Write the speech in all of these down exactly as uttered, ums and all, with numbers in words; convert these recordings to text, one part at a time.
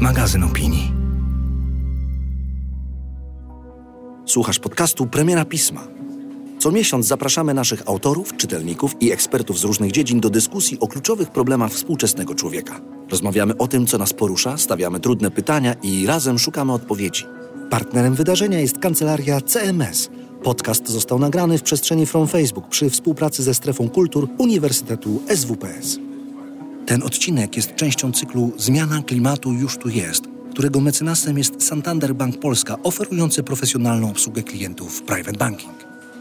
magazyn opinii. Słuchasz podcastu Premiera Pisma. Co miesiąc zapraszamy naszych autorów, czytelników i ekspertów z różnych dziedzin do dyskusji o kluczowych problemach współczesnego człowieka. Rozmawiamy o tym, co nas porusza, stawiamy trudne pytania i razem szukamy odpowiedzi. Partnerem wydarzenia jest kancelaria C M S. Podcast został nagrany w przestrzeni From Facebook przy współpracy ze Strefą Kultur Uniwersytetu S W P S. Ten odcinek jest częścią cyklu Zmiana klimatu już tu jest, którego mecenasem jest Santander Bank Polska, oferujący profesjonalną obsługę klientów private banking.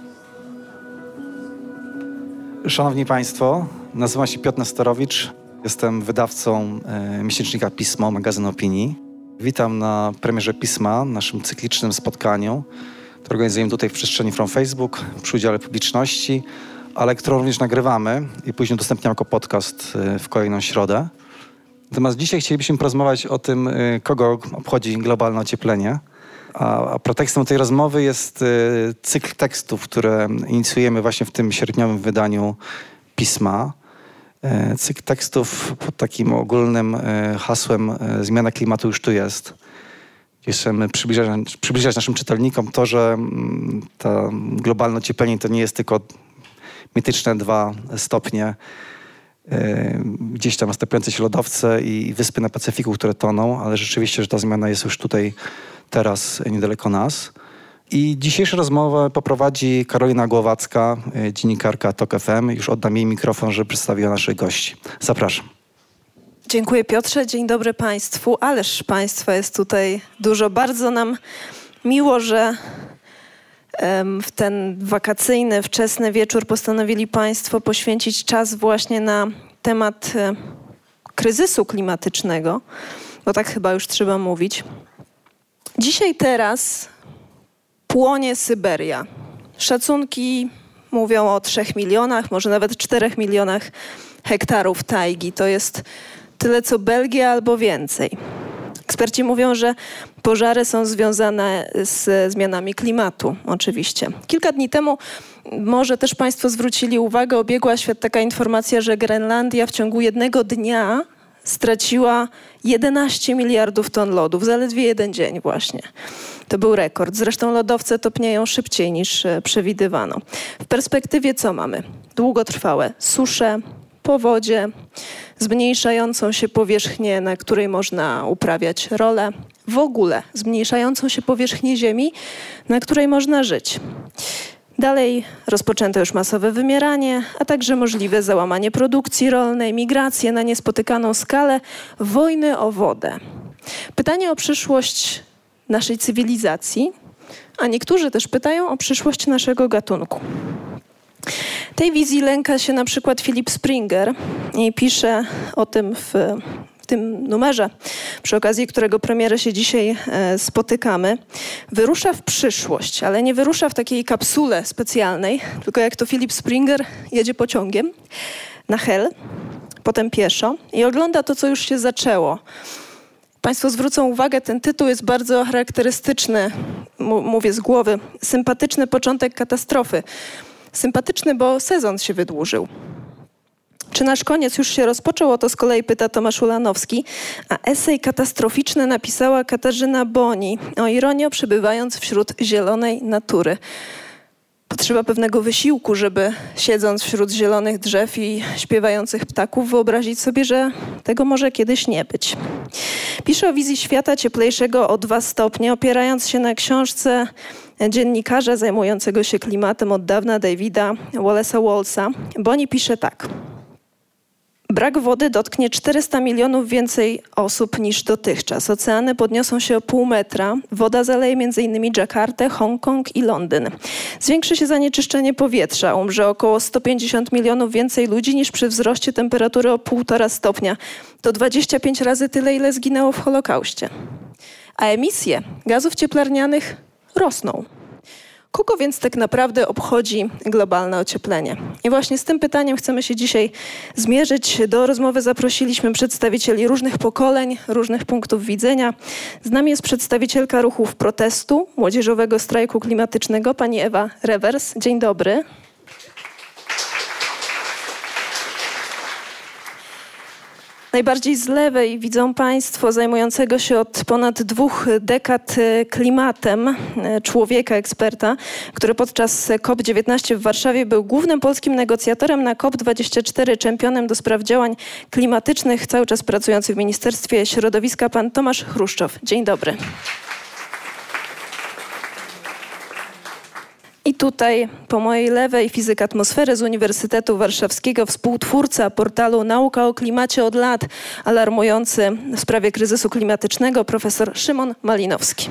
Szanowni Państwo, nazywam się Piotr Nestorowicz, jestem wydawcą e, miesięcznika Pismo, magazyn opinii. Witam na premierze Pisma, naszym cyklicznym spotkaniu, które organizujemy tutaj w przestrzeni From Facebook przy udziale publiczności, ale którą również nagrywamy i później udostępniamy jako podcast e, w kolejną środę. Natomiast dzisiaj chcielibyśmy porozmawiać o tym, e, kogo obchodzi globalne ocieplenie. A, a pretekstem tej rozmowy jest y, cykl tekstów, które inicjujemy właśnie w tym sierpniowym wydaniu Pisma. Y, cykl tekstów pod takim ogólnym y, hasłem y, Zmiana klimatu już tu jest. Chcemy przybliżać, przybliżać naszym czytelnikom to, że y, to globalne ocieplenie to nie jest tylko mityczne dwa stopnie, y, gdzieś tam następujące się lodowce i wyspy na Pacyfiku, które toną, ale rzeczywiście, że ta zmiana jest już tutaj teraz niedaleko nas. I dzisiejszą rozmowę poprowadzi Karolina Głowacka, dziennikarka Tok F M. Już oddam jej mikrofon, żeby przedstawiła naszych gości. Zapraszam. Dziękuję, Piotrze. Dzień dobry Państwu. Ależ Państwa jest tutaj dużo. Bardzo nam miło, że w ten wakacyjny, wczesny wieczór postanowili Państwo poświęcić czas właśnie na temat kryzysu klimatycznego, bo tak chyba już trzeba mówić. Dzisiaj, teraz płonie Syberia. Szacunki mówią o trzech milionach, może nawet czterech milionach hektarów tajgi. To jest tyle co Belgia albo więcej. Eksperci mówią, że pożary są związane z zmianami klimatu, oczywiście. Kilka dni temu, może też Państwo zwrócili uwagę, obiegła świat taka informacja, że Grenlandia w ciągu jednego dnia straciła jedenaście miliardów ton lodu w zaledwie jeden dzień właśnie. To był rekord. Zresztą lodowce topnieją szybciej niż przewidywano. W perspektywie co mamy? Długotrwałe susze, powodzie, zmniejszającą się powierzchnię, na której można uprawiać rolę, w ogóle zmniejszającą się powierzchnię ziemi, na której można żyć. Dalej rozpoczęto już masowe wymieranie, a także możliwe załamanie produkcji rolnej, migracje na niespotykaną skalę, wojny o wodę. Pytanie o przyszłość naszej cywilizacji, a niektórzy też pytają o przyszłość naszego gatunku. Tej wizji lęka się na przykład Philip Springer i pisze o tym w, w tym numerze, przy okazji którego premierę się dzisiaj e, spotykamy. Wyrusza w przyszłość, ale nie wyrusza w takiej kapsule specjalnej, tylko jak to Philip Springer jedzie pociągiem na Hel, potem pieszo i ogląda to, co już się zaczęło. Państwo zwrócą uwagę, ten tytuł jest bardzo charakterystyczny, m- mówię z głowy, sympatyczny początek katastrofy. Sympatyczny, bo sezon się wydłużył. Czy nasz koniec już się rozpoczął? O to z kolei pyta Tomasz Ulanowski, a esej katastroficzny napisała Katarzyna Boni, o ironio przebywając wśród zielonej natury. Potrzeba pewnego wysiłku, żeby siedząc wśród zielonych drzew i śpiewających ptaków wyobrazić sobie, że tego może kiedyś nie być. Pisze o wizji świata cieplejszego o dwa stopnie, opierając się na książce dziennikarza zajmującego się klimatem od dawna Davida Wallace'a Wallsa. Boni pisze tak. Brak wody dotknie czterysta milionów więcej osób niż dotychczas. Oceany podniosą się o pół metra. Woda zaleje między innymi Dżakartę, Hongkong i Londyn. Zwiększy się zanieczyszczenie powietrza. Umrze około sto pięćdziesiąt milionów więcej ludzi niż przy wzroście temperatury o półtora stopnia. To dwadzieścia pięć razy tyle, ile zginęło w Holokauście. A emisje gazów cieplarnianych rosną. Kogo więc tak naprawdę obchodzi globalne ocieplenie? I właśnie z tym pytaniem chcemy się dzisiaj zmierzyć. Do rozmowy zaprosiliśmy przedstawicieli różnych pokoleń, różnych punktów widzenia. Z nami jest przedstawicielka ruchów protestu, młodzieżowego strajku klimatycznego, pani Ewa Rewers. Dzień dobry. Najbardziej z lewej widzą Państwo zajmującego się od ponad dwóch dekad klimatem człowieka, eksperta, który podczas COP dziewiętnaście w Warszawie był głównym polskim negocjatorem na COP dwadzieścia cztery, czempionem do spraw działań klimatycznych, cały czas pracujący w Ministerstwie Środowiska, pan Tomasz Chruszczow. Dzień dobry. I tutaj po mojej lewej fizyk atmosfery z Uniwersytetu Warszawskiego, współtwórca portalu Nauka o Klimacie od lat, alarmujący w sprawie kryzysu klimatycznego, profesor Szymon Malinowski.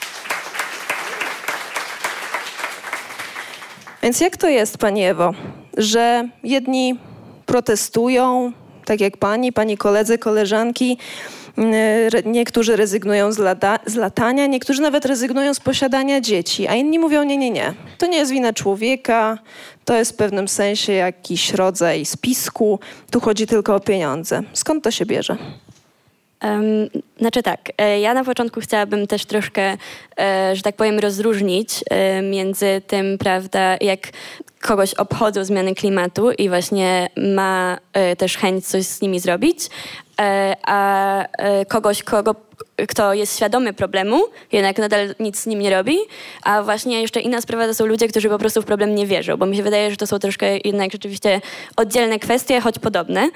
Więc jak to jest, pani Ewo, że jedni protestują, tak jak pani, pani koledzy, koleżanki, niektórzy rezygnują z, lata, z latania, niektórzy nawet rezygnują z posiadania dzieci, a inni mówią nie, nie, nie. To nie jest wina człowieka, to jest w pewnym sensie jakiś rodzaj spisku, tu chodzi tylko o pieniądze. Skąd to się bierze? Um, znaczy tak, ja na początku chciałabym też troszkę, że tak powiem, rozróżnić między tym, prawda, jak kogoś obchodzą zmiany klimatu i właśnie ma też chęć coś z nimi zrobić, a kogoś, kogo, kto jest świadomy problemu, jednak nadal nic z nim nie robi, a właśnie jeszcze inna sprawa to są ludzie, którzy po prostu w problem nie wierzą, bo mi się wydaje, że to są troszkę jednak rzeczywiście oddzielne kwestie, choć podobne.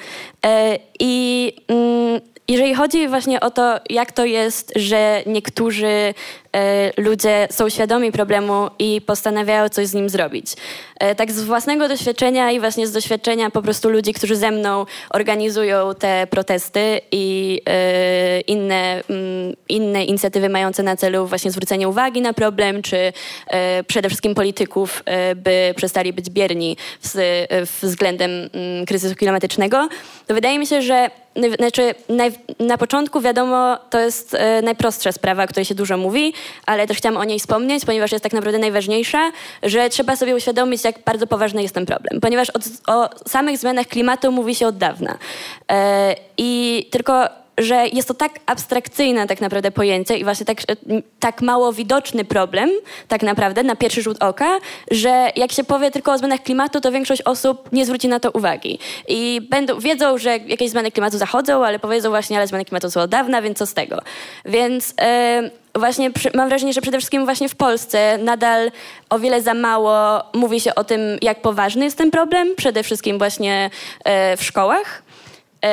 I jeżeli chodzi właśnie o to, jak to jest, że niektórzy e, ludzie są świadomi problemu i postanawiają coś z nim zrobić. E, tak z własnego doświadczenia i właśnie z doświadczenia po prostu ludzi, którzy ze mną organizują te protesty i e, inne, m, inne inicjatywy mające na celu właśnie zwrócenie uwagi na problem, czy e, przede wszystkim polityków, e, by przestali być bierni w, w względem m, kryzysu klimatycznego, to wydaje mi się, że Znaczy, naj, na początku wiadomo, to jest e, najprostsza sprawa, o której się dużo mówi, ale też chciałam o niej wspomnieć, ponieważ jest tak naprawdę najważniejsza, że trzeba sobie uświadomić, jak bardzo poważny jest ten problem. Ponieważ od, o samych zmianach klimatu mówi się od dawna. E, I tylko że jest to tak abstrakcyjne tak naprawdę pojęcie i właśnie tak, tak mało widoczny problem tak naprawdę na pierwszy rzut oka, że jak się powie tylko o zmianach klimatu, to większość osób nie zwróci na to uwagi. I będą, wiedzą, że jakieś zmiany klimatu zachodzą, ale powiedzą właśnie, ale zmiany klimatu są od dawna, więc co z tego? Więc yy, właśnie przy, mam wrażenie, że przede wszystkim właśnie w Polsce nadal o wiele za mało mówi się o tym, jak poważny jest ten problem, przede wszystkim właśnie yy, w szkołach. Yy,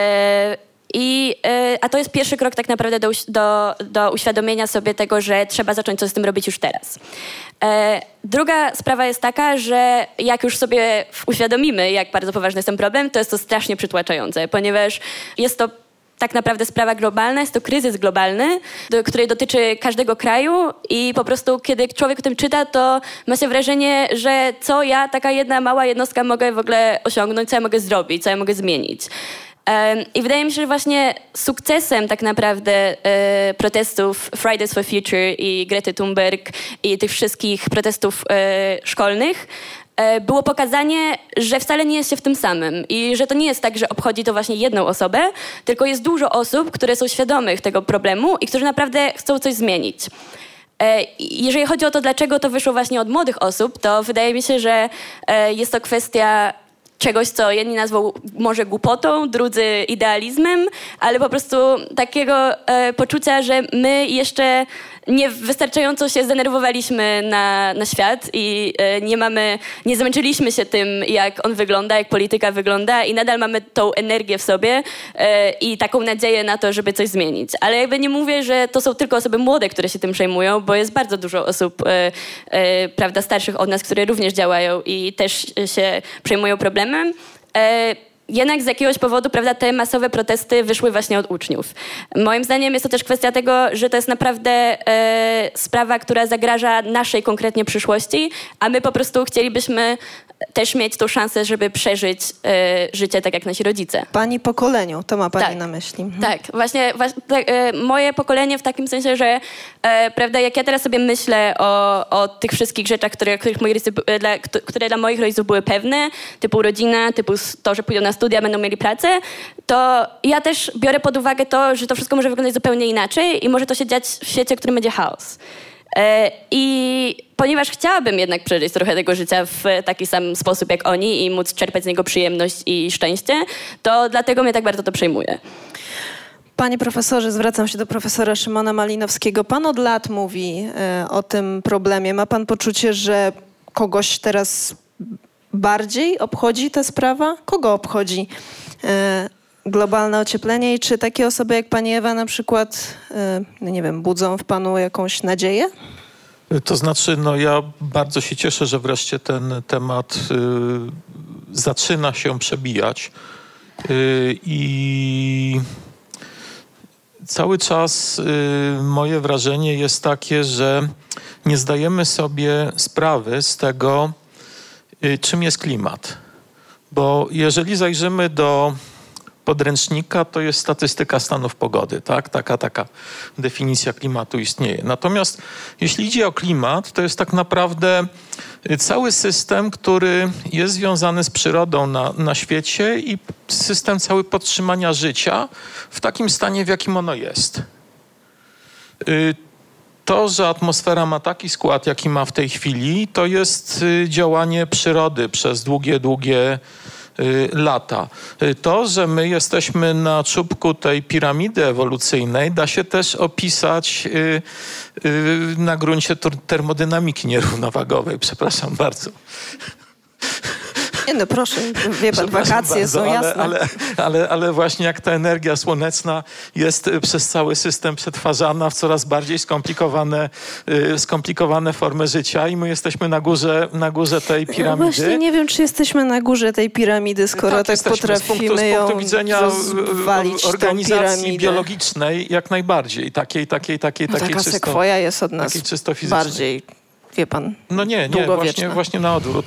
I, y, a to jest pierwszy krok tak naprawdę do, do, do uświadomienia sobie tego, że trzeba zacząć coś z tym robić już teraz. E, druga sprawa jest taka, że jak już sobie uświadomimy, jak bardzo poważny jest ten problem, to jest to strasznie przytłaczające, ponieważ jest to tak naprawdę sprawa globalna, jest to kryzys globalny, do, który dotyczy każdego kraju i po prostu kiedy człowiek o tym czyta, to ma się wrażenie, że co ja, taka jedna mała jednostka mogę w ogóle osiągnąć, co ja mogę zrobić, co ja mogę zmienić. I wydaje mi się, że właśnie sukcesem tak naprawdę e, protestów Fridays for Future i Grety Thunberg i tych wszystkich protestów e, szkolnych e, było pokazanie, że wcale nie jest się w tym samym i że to nie jest tak, że obchodzi to właśnie jedną osobę, tylko jest dużo osób, które są świadomych tego problemu i którzy naprawdę chcą coś zmienić. E, jeżeli chodzi o to, dlaczego to wyszło właśnie od młodych osób, to wydaje mi się, że e, jest to kwestia czegoś, co jedni nazwą może głupotą, drudzy idealizmem, ale po prostu takiego e, poczucia, że my jeszcze nie wystarczająco się zdenerwowaliśmy na, na świat i e, nie mamy, nie zmęczyliśmy się tym, jak on wygląda, jak polityka wygląda i nadal mamy tą energię w sobie e, i taką nadzieję na to, żeby coś zmienić. Ale jakby nie mówię, że to są tylko osoby młode, które się tym przejmują, bo jest bardzo dużo osób e, e, prawda, starszych od nas, które również działają i też się przejmują problemem. E, Jednak z jakiegoś powodu, prawda, te masowe protesty wyszły właśnie od uczniów. Moim zdaniem jest to też kwestia tego, że to jest naprawdę e, sprawa, która zagraża naszej konkretnie przyszłości, a my po prostu chcielibyśmy też mieć tą szansę, żeby przeżyć e, życie tak jak nasi rodzice. Pani pokoleniu, to ma pani tak. na myśli. Mhm. Tak, właśnie, właśnie tak, e, moje pokolenie w takim sensie, że e, prawda, jak ja teraz sobie myślę o, o tych wszystkich rzeczach, które, których moi rodzice, dla, które dla moich rodziców były pewne, typu rodzina, typu to, że pójdą na studia, będą mieli pracę, to ja też biorę pod uwagę to, że to wszystko może wyglądać zupełnie inaczej i może to się dziać w świecie, w którym będzie chaos. I ponieważ chciałabym jednak przeżyć trochę tego życia w taki sam sposób jak oni i móc czerpać z niego przyjemność i szczęście, to dlatego mnie tak bardzo to przejmuje. Panie profesorze, zwracam się do profesora Szymona Malinowskiego. Pan od lat mówi y, o tym problemie. Ma pan poczucie, że kogoś teraz bardziej obchodzi ta sprawa? Kogo obchodzi y, globalne ocieplenie i czy takie osoby jak pani Ewa na przykład, y, nie wiem, budzą w panu jakąś nadzieję? To znaczy, no ja bardzo się cieszę, że wreszcie ten temat y, zaczyna się przebijać y, i cały czas y, moje wrażenie jest takie, że nie zdajemy sobie sprawy z tego, y, czym jest klimat. Bo jeżeli zajrzymy do podręcznika, to jest statystyka stanów pogody, tak? Taka, taka definicja klimatu istnieje. Natomiast jeśli idzie o klimat, to jest tak naprawdę cały system, który jest związany z przyrodą na, na świecie i system cały podtrzymania życia w takim stanie, w jakim ono jest. To, że atmosfera ma taki skład, jaki ma w tej chwili, to jest działanie przyrody przez długie, długie lata. To, że my jesteśmy na czubku tej piramidy ewolucyjnej, da się też opisać na gruncie termodynamiki nierównowagowej. Przepraszam bardzo. Nie no proszę, wie pan, wakacje bardzo, są jasne. Ale, ale, ale, ale właśnie jak ta energia słoneczna jest przez cały system przetwarzana w coraz bardziej skomplikowane, skomplikowane formy życia i my jesteśmy na górze, na górze tej piramidy. Ja właśnie nie wiem, czy jesteśmy na górze tej piramidy, skoro tak, tak potrafimy z punktu, z punktu widzenia organizacji biologicznej jak najbardziej. Takiej, takiej, takiej, no takiej taka czysto, sekwoja jest od nas czysto bardziej, wie pan, no nie, nie, właśnie, właśnie na odwrót.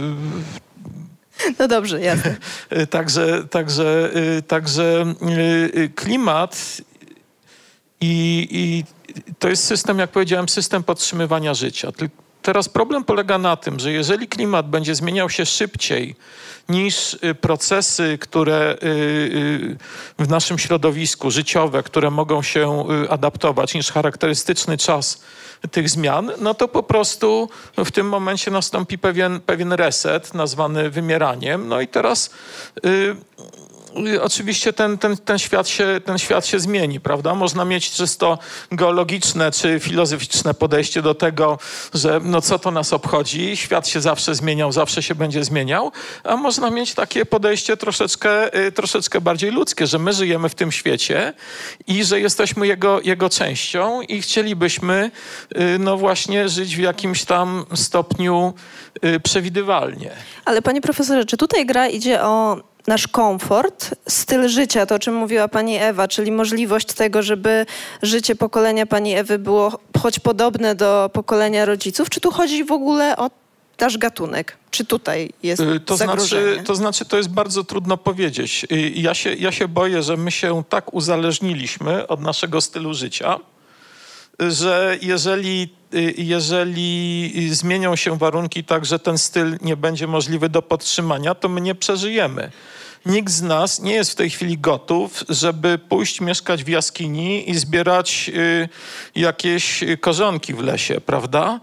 No dobrze, jasne. Także, także, także klimat i, i to jest system, jak powiedziałem, system podtrzymywania życia. Teraz problem polega na tym, że jeżeli klimat będzie zmieniał się szybciej niż procesy, które w naszym środowisku życiowe, które mogą się adaptować, niż charakterystyczny czas tych zmian, no to po prostu w tym momencie nastąpi pewien, pewien reset nazwany wymieraniem. No i teraz y, y, oczywiście ten, ten, ten, świat się, ten świat się zmieni, prawda? Można mieć czysto geologiczne czy filozoficzne podejście do tego, że no co to nas obchodzi, świat się zawsze zmieniał, zawsze się będzie zmieniał, a można mieć takie podejście troszeczkę, y, troszeczkę bardziej ludzkie, że my żyjemy w tym świecie i że jesteśmy jego, jego częścią i chcielibyśmy no właśnie żyć w jakimś tam stopniu przewidywalnie. Ale panie profesorze, czy tutaj gra idzie o nasz komfort, styl życia, to o czym mówiła pani Ewa, czyli możliwość tego, żeby życie pokolenia pani Ewy było choć podobne do pokolenia rodziców, czy tu chodzi w ogóle o nasz gatunek? Czy tutaj jest to zagrożenie? Znaczy, to znaczy, to jest bardzo trudno powiedzieć. Ja się, ja się boję, że my się tak uzależniliśmy od naszego stylu życia, że jeżeli, jeżeli zmienią się warunki tak, że ten styl nie będzie możliwy do podtrzymania, to my nie przeżyjemy. Nikt z nas nie jest w tej chwili gotów, żeby pójść mieszkać w jaskini i zbierać y, jakieś korzonki w lesie, prawda?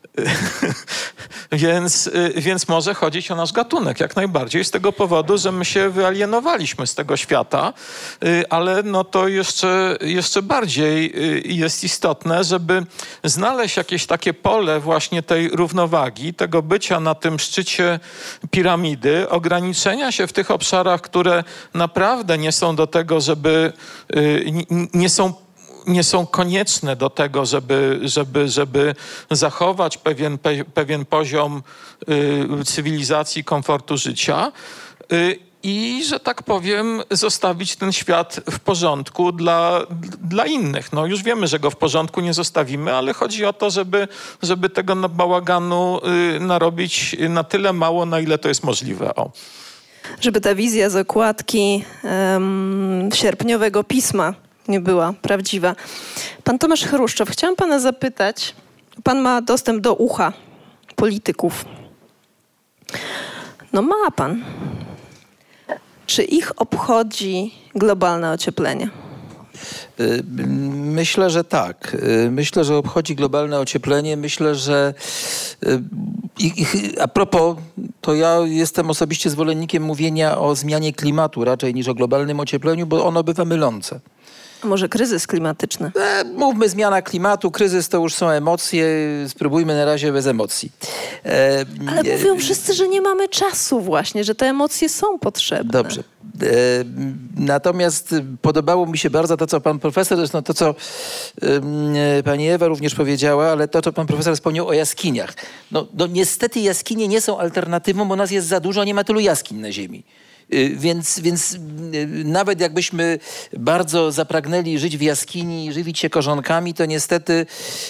więc, więc może chodzić o nasz gatunek jak najbardziej z tego powodu, że my się wyalienowaliśmy z tego świata, ale no to jeszcze, jeszcze bardziej jest istotne, żeby znaleźć jakieś takie pole właśnie tej równowagi, tego bycia na tym szczycie piramidy, ograniczenia się w tych obszarach, które naprawdę nie są do tego, żeby nie są nie są konieczne do tego, żeby, żeby, żeby zachować pewien, pe, pewien poziom y, cywilizacji, komfortu życia y, i, że tak powiem, zostawić ten świat w porządku dla, dla innych. No już wiemy, że go w porządku nie zostawimy, ale chodzi o to, żeby, żeby tego bałaganu y, narobić na tyle mało, na ile to jest możliwe. O. Żeby ta wizja z okładki um, sierpniowego pisma nie była prawdziwa. Pan Tomasz Chruszczow, chciałam pana zapytać, pan ma dostęp do ucha polityków. No ma pan. Czy ich obchodzi globalne ocieplenie? Myślę, że tak. Myślę, że obchodzi globalne ocieplenie. Myślę, że i, i, a propos, to ja jestem osobiście zwolennikiem mówienia o zmianie klimatu raczej niż o globalnym ociepleniu, bo ono bywa mylące. A może kryzys klimatyczny? E, mówmy zmiana klimatu, kryzys to już są emocje, spróbujmy na razie bez emocji. E, Ale e, mówią wszyscy, że nie mamy czasu właśnie, że te emocje są potrzebne. Dobrze. E, natomiast podobało mi się bardzo to, co pan profesor, zresztą to, co e, pani Ewa również powiedziała, ale to, co pan profesor wspomniał o jaskiniach. No, no niestety jaskinie nie są alternatywą, bo nas jest za dużo, a nie ma tylu jaskiń na ziemi. Więc, więc nawet jakbyśmy bardzo zapragnęli żyć w jaskini i żywić się korzonkami, to niestety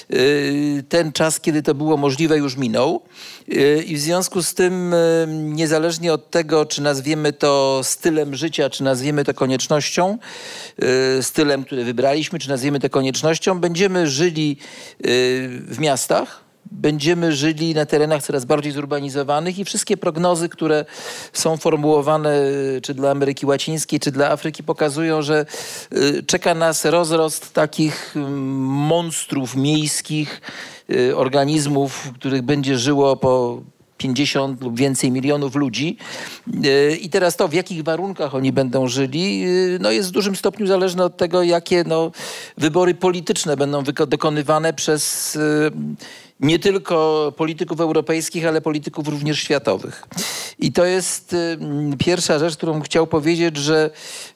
ten czas, kiedy to było możliwe, już minął. I w związku z tym, niezależnie od tego, czy nazwiemy to stylem życia, czy nazwiemy to koniecznością, stylem, który wybraliśmy, czy nazwiemy to koniecznością, będziemy żyli w miastach, będziemy żyli na terenach coraz bardziej zurbanizowanych i wszystkie prognozy, które są formułowane czy dla Ameryki Łacińskiej, czy dla Afryki, pokazują, że czeka nas rozrost takich monstrów miejskich, organizmów, w których będzie żyło po pięćdziesiąt lub więcej milionów ludzi. I teraz to, w jakich warunkach oni będą żyli, no jest w dużym stopniu zależne od tego, jakie no, wybory polityczne będą dokonywane przez nie tylko polityków europejskich, ale polityków również światowych. I to jest pierwsza rzecz, którą chciał powiedzieć, że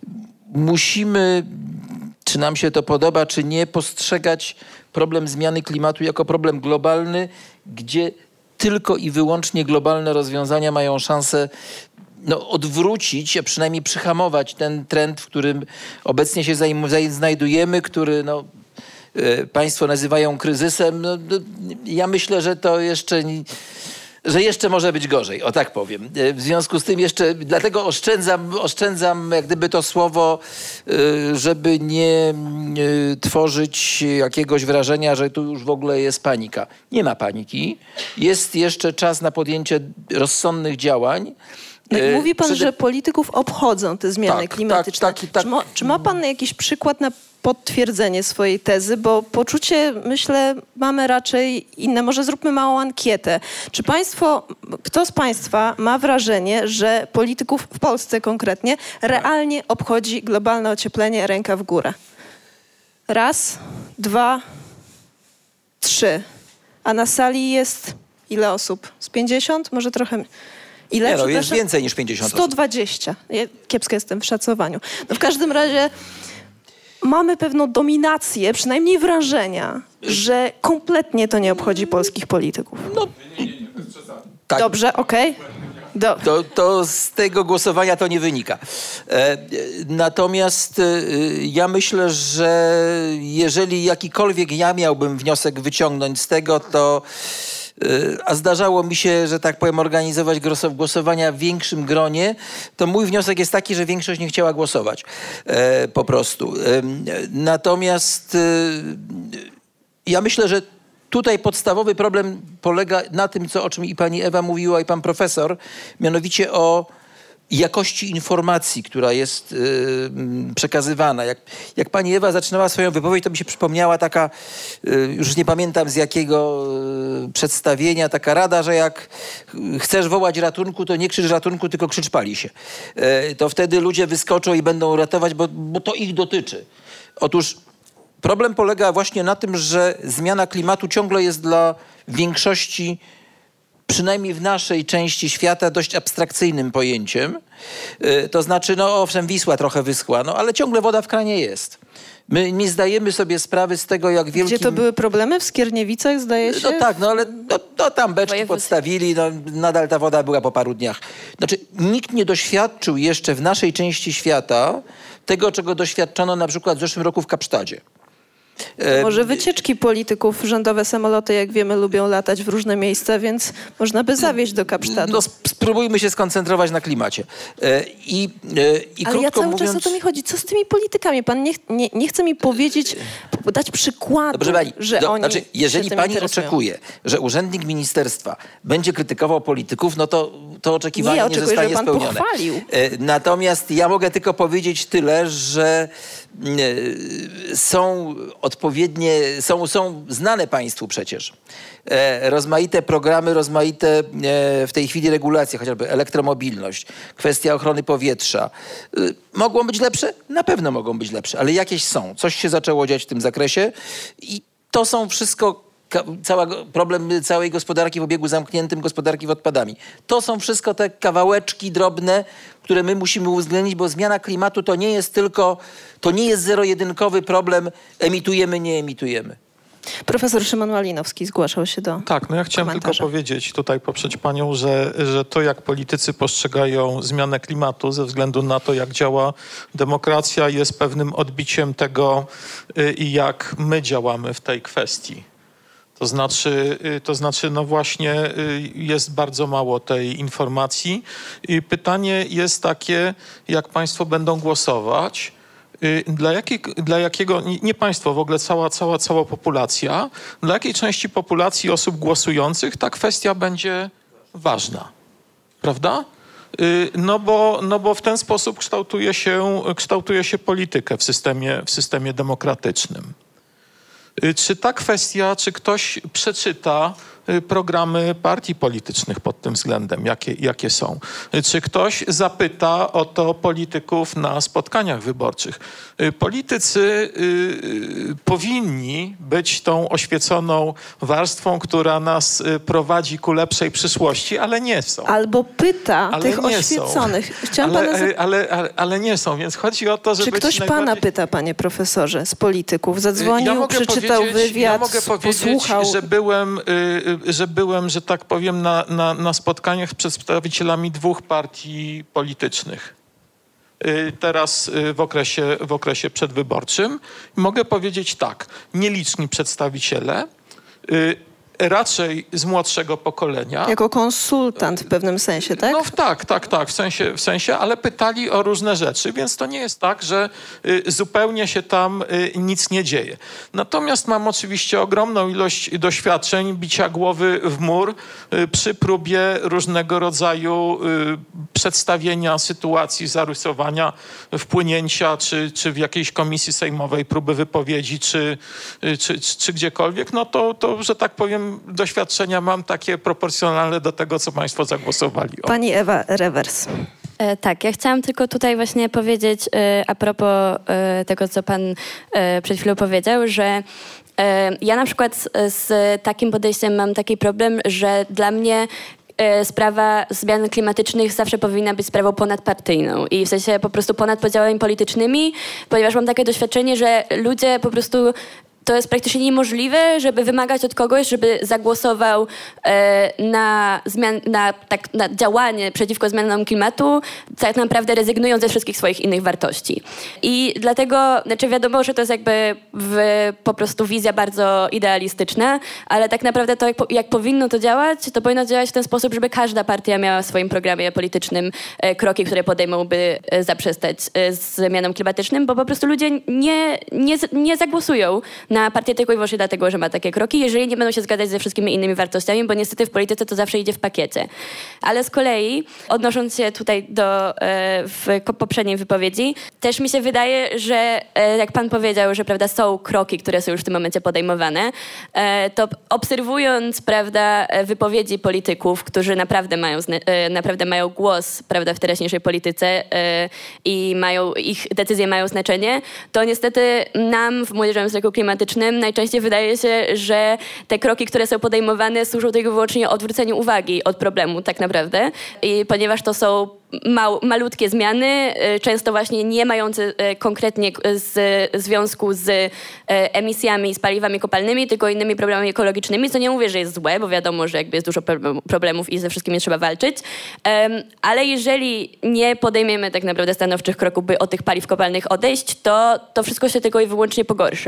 musimy, czy nam się to podoba, czy nie, postrzegać problem zmiany klimatu jako problem globalny, gdzie tylko i wyłącznie globalne rozwiązania mają szansę no, odwrócić, a przynajmniej przyhamować ten trend, w którym obecnie się znajdujemy, który no, państwo nazywają kryzysem. No, ja myślę, że to jeszcze, że jeszcze może być gorzej, o tak powiem. W związku z tym jeszcze, dlatego oszczędzam, oszczędzam jak gdyby to słowo, żeby nie tworzyć jakiegoś wrażenia, że tu już w ogóle jest panika. Nie ma paniki. Jest jeszcze czas na podjęcie rozsądnych działań. No i mówi pan, Przede... że polityków obchodzą te zmiany tak, klimatyczne. Tak, tak, tak. Czy, ma, czy ma pan jakiś przykład na potwierdzenie swojej tezy? Bo poczucie, myślę, mamy raczej inne. Może zróbmy małą ankietę. Czy państwo, kto z państwa ma wrażenie, że polityków w Polsce konkretnie realnie obchodzi globalne ocieplenie, ręka w górę? Raz, dwa, trzy. A na sali jest ile osób? Z pięćdziesiąt? Może trochę... Ile? Nie no, jest więcej niż pięćdziesiąt sto dwadzieścia. Ja kiepska jestem w szacowaniu. No w każdym razie mamy pewną dominację, przynajmniej wrażenia, że kompletnie to nie obchodzi polskich polityków. No, tak. Dobrze, okej. Okay. Do. To, to z tego głosowania to nie wynika. E, natomiast e, ja myślę, że jeżeli jakikolwiek ja miałbym wniosek wyciągnąć z tego, to a zdarzało mi się, że tak powiem, organizować głosowania w większym gronie, to mój wniosek jest taki, że większość nie chciała głosować. E, po prostu. E, natomiast e, ja myślę, że tutaj podstawowy problem polega na tym, co, o czym i pani Ewa mówiła, i pan profesor, mianowicie o jakości informacji, która jest y, przekazywana. Jak, jak pani Ewa zaczynała swoją wypowiedź, to mi się przypomniała taka, y, już nie pamiętam z jakiego y, przedstawienia, taka rada, że jak chcesz wołać ratunku, to nie krzycz ratunku, tylko krzycz pali się. Y, to wtedy ludzie wyskoczą i będą ratować, bo, bo to ich dotyczy. Otóż problem polega właśnie na tym, że zmiana klimatu ciągle jest dla większości, przynajmniej w naszej części świata, dość abstrakcyjnym pojęciem. Yy, to znaczy, no owszem, Wisła trochę wyschła, no ale ciągle woda w kranie jest. My nie zdajemy sobie sprawy z tego, jak wielkim... Gdzie to były problemy? W Skierniewicach, zdaje się? No tak, no ale no, no, tam beczki Województwo. podstawili, no, nadal ta woda była po paru dniach. Znaczy, nikt nie doświadczył jeszcze w naszej części świata tego, czego doświadczono na przykład w zeszłym roku w Kapsztadzie. Może wycieczki polityków, rządowe samoloty, jak wiemy, lubią latać w różne miejsca, więc można by zawieźć do Kapsztadu. No, spróbujmy się skoncentrować na klimacie. I, i Ale ja cały mówiąc... czas o to mi chodzi. Co z tymi politykami? Pan nie, nie, nie chce mi powiedzieć, dać przykładu, Dobrze, pani, że do, oni znaczy, jeżeli się pani interesują. oczekuje, że urzędnik ministerstwa będzie krytykował polityków, no to to oczekiwanie nie, ja nie oczekuję, zostanie żeby pan spełnione. pochwalił. Natomiast ja mogę tylko powiedzieć tyle, że są odpowiednie, są, są znane państwu przecież. E, rozmaite programy, rozmaite e, w tej chwili regulacje, chociażby elektromobilność, kwestia ochrony powietrza. E, mogą być lepsze? Na pewno mogą być lepsze, ale jakieś są. Coś się zaczęło dziać w tym zakresie i to są wszystko Cała, problem całej gospodarki w obiegu zamkniętym, gospodarki w odpadami. To są wszystko te kawałeczki drobne, które my musimy uwzględnić, bo zmiana klimatu to nie jest tylko, to nie jest zero-jedynkowy problem, emitujemy, nie emitujemy. Profesor Szymon Malinowski zgłaszał się do Tak, no ja chciałem tylko powiedzieć, tutaj poprzeć panią, że, że to jak politycy postrzegają zmianę klimatu ze względu na to, jak działa demokracja, jest pewnym odbiciem tego, jak my działamy w tej kwestii. To znaczy, to znaczy, no właśnie jest bardzo mało tej informacji. I pytanie jest takie, jak państwo będą głosować, dla, jakiej, dla jakiego, nie państwo, w ogóle cała, cała, cała populacja, dla jakiej części populacji osób głosujących ta kwestia będzie ważna, prawda? No bo, no bo w ten sposób kształtuje się, kształtuje się politykę w systemie, w systemie demokratycznym. Czy ta kwestia, czy ktoś przeczyta programy partii politycznych pod tym względem, jakie, jakie są? Czy ktoś zapyta o to polityków na spotkaniach wyborczych? Politycy y, powinni być tą oświeconą warstwą, która nas prowadzi ku lepszej przyszłości, ale nie są. Albo pyta ale tych nie oświeconych. Chciałam ale, pana za... ale, ale, ale nie są, więc chodzi o to, żeby... Czy ktoś najbardziej... pana pyta, panie profesorze, z polityków? Zadzwonił, ja przeczytał wywiad, Ja mogę powiedzieć, posłuchał... że byłem, y, że byłem, że tak powiem, na, na, na spotkaniach z przedstawicielami dwóch partii politycznych. Y, teraz y, w okresie, w okresie przedwyborczym. Mogę powiedzieć tak, nieliczni przedstawiciele, y, raczej z młodszego pokolenia. Jako konsultant w pewnym sensie, tak? No tak, tak, tak, w sensie, w sensie, ale pytali o różne rzeczy, więc to nie jest tak, że y, zupełnie się tam y, nic nie dzieje. Natomiast mam oczywiście ogromną ilość doświadczeń bicia głowy w mur y, przy próbie różnego rodzaju y, przedstawienia sytuacji, zarysowania, wpłynięcia, czy, czy w jakiejś komisji sejmowej próby wypowiedzi, czy, y, czy, czy, czy gdziekolwiek, no to, to, że tak powiem, doświadczenia mam takie proporcjonalne do tego, co państwo zagłosowali. O. Pani Ewa Rewers. E, tak, ja chciałam tylko tutaj właśnie powiedzieć e, a propos e, tego, co pan e, przed chwilą powiedział, że e, ja na przykład z, z takim podejściem mam taki problem, że dla mnie sprawa zmian klimatycznych zawsze powinna być sprawą ponadpartyjną i w sensie po prostu ponad podziałami politycznymi, ponieważ mam takie doświadczenie, że ludzie po prostu to jest praktycznie niemożliwe, żeby wymagać od kogoś, żeby zagłosował e, na, zmian, na, tak, na działanie przeciwko zmianom klimatu, tak naprawdę rezygnując ze wszystkich swoich innych wartości. I dlatego, znaczy wiadomo, że to jest jakby w, po prostu wizja bardzo idealistyczna, ale tak naprawdę to, jak, jak powinno to działać, to powinno działać w ten sposób, żeby każda partia miała w swoim programie politycznym e, kroki, które podejmą, by e, zaprzestać e, zmianom klimatycznym, bo po prostu ludzie nie, nie, nie zagłosują na partię tylko i wyłącznie dlatego, że ma takie kroki, jeżeli nie będą się zgadzać ze wszystkimi innymi wartościami, bo niestety w polityce to zawsze idzie w pakiecie. Ale z kolei, odnosząc się tutaj do e, w poprzedniej wypowiedzi, też mi się wydaje, że e, jak pan powiedział, że prawda, są kroki, które są już w tym momencie podejmowane, e, to obserwując prawda, wypowiedzi polityków, którzy naprawdę mają, e, naprawdę mają głos prawda, w teraźniejszej polityce e, i mają, ich decyzje mają znaczenie, to niestety nam w Młodzieżowym Strajku Klimatycznym najczęściej wydaje się, że te kroki, które są podejmowane, służą tylko i wyłącznie odwróceniu uwagi od problemu tak naprawdę. I ponieważ to są mał, malutkie zmiany, często właśnie nie mające konkretnie z, związku z emisjami, z paliwami kopalnymi, tylko innymi problemami ekologicznymi, co nie mówię, że jest złe, bo wiadomo, że jakby jest dużo problemów i ze wszystkimi trzeba walczyć. Ale jeżeli nie podejmiemy tak naprawdę stanowczych kroków, by od tych paliw kopalnych odejść, to to wszystko się tylko i wyłącznie pogorszy.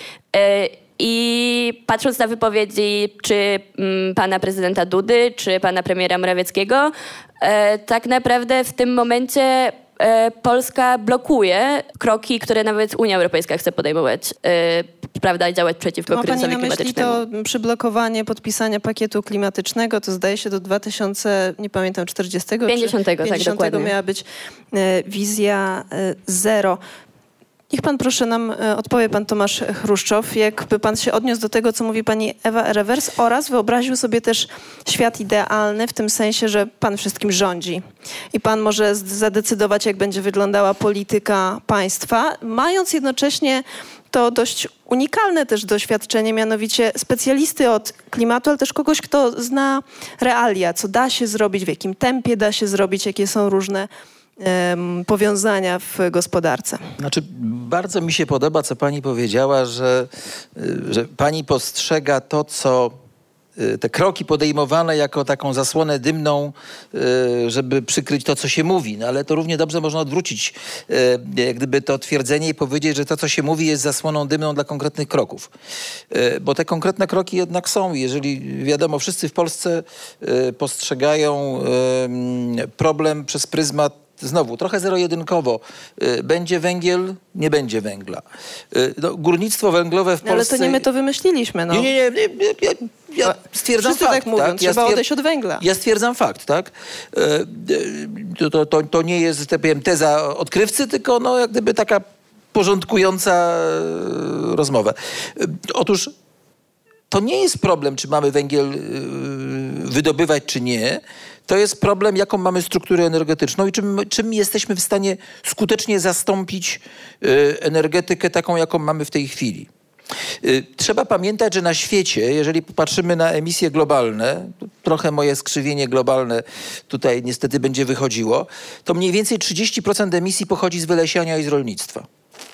I patrząc na wypowiedzi czy m, pana prezydenta Dudy, czy pana premiera Morawieckiego, e, tak naprawdę w tym momencie e, Polska blokuje kroki, które nawet Unia Europejska chce podejmować, e, prawda, i działać przeciwko kryzysowi klimatycznemu. Ma pani na myśli to przyblokowanie podpisania pakietu klimatycznego, to zdaje się do dwa tysiące, nie pamiętam, czterdziestego pięćdziesiątego, czy tak, dokładnie. miała być e, wizja e, zero. Niech pan proszę nam e, odpowie, pan Tomasz Chruszczow, jakby pan się odniósł do tego, co mówi pani Ewa Rewers oraz wyobraził sobie też świat idealny w tym sensie, że pan wszystkim rządzi i pan może z- zadecydować, jak będzie wyglądała polityka państwa, mając jednocześnie to dość unikalne też doświadczenie, mianowicie specjalisty od klimatu, ale też kogoś, kto zna realia, co da się zrobić, w jakim tempie da się zrobić, jakie są różne em, powiązania w gospodarce. Znaczy, bardzo mi się podoba, co pani powiedziała, że, y, że pani postrzega to, co y, te kroki podejmowane jako taką zasłonę dymną, y, żeby przykryć to, co się mówi. No, ale to równie dobrze można odwrócić y, jak gdyby to twierdzenie i powiedzieć, że to, co się mówi, jest zasłoną dymną dla konkretnych kroków. Y, Bo te konkretne kroki jednak są. Jeżeli, wiadomo, wszyscy w Polsce y, postrzegają y, problem przez pryzmat znowu, trochę zero-jedynkowo. Y, Będzie węgiel, nie będzie węgla. Y, No, górnictwo węglowe w Polsce... Ale to nie my to wymyśliliśmy. No. Nie, nie, nie. nie, nie ja, ja stwierdzam Wszyscy fakt. tak mówią, tak? trzeba stwier- odejść od węgla. Ja stwierdzam fakt, tak? E, e, To, to, to, to nie jest, tak powiem, teza odkrywcy, tylko no, jak gdyby taka porządkująca e, rozmowę. E, Otóż to nie jest problem, czy mamy węgiel y, wydobywać, czy nie. To jest problem, jaką mamy strukturę energetyczną i czym, czym jesteśmy w stanie skutecznie zastąpić y, energetykę taką, jaką mamy w tej chwili. Y, Trzeba pamiętać, że na świecie, jeżeli popatrzymy na emisje globalne, trochę moje skrzywienie globalne tutaj niestety będzie wychodziło, to mniej więcej trzydzieści procent emisji pochodzi z wylesiania i z rolnictwa.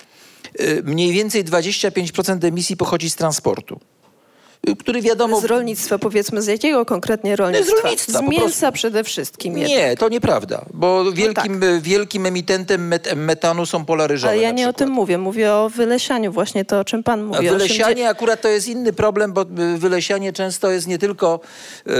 Y, Mniej więcej dwadzieścia pięć procent emisji pochodzi z transportu, który wiadomo... Z rolnictwa, powiedzmy, z jakiego konkretnie rolnictwa? Z rolnictwa, Z po mięsa prostu. przede wszystkim. jednak. Nie, to nieprawda, bo wielkim, wielkim emitentem met, metanu są pola ryżowe. Ale ja na nie o przykład. tym mówię. Mówię o wylesianiu, właśnie to, o czym pan A mówi. O wylesianie osiemdzie- akurat to jest inny problem, bo y, wylesianie często jest nie tylko yy,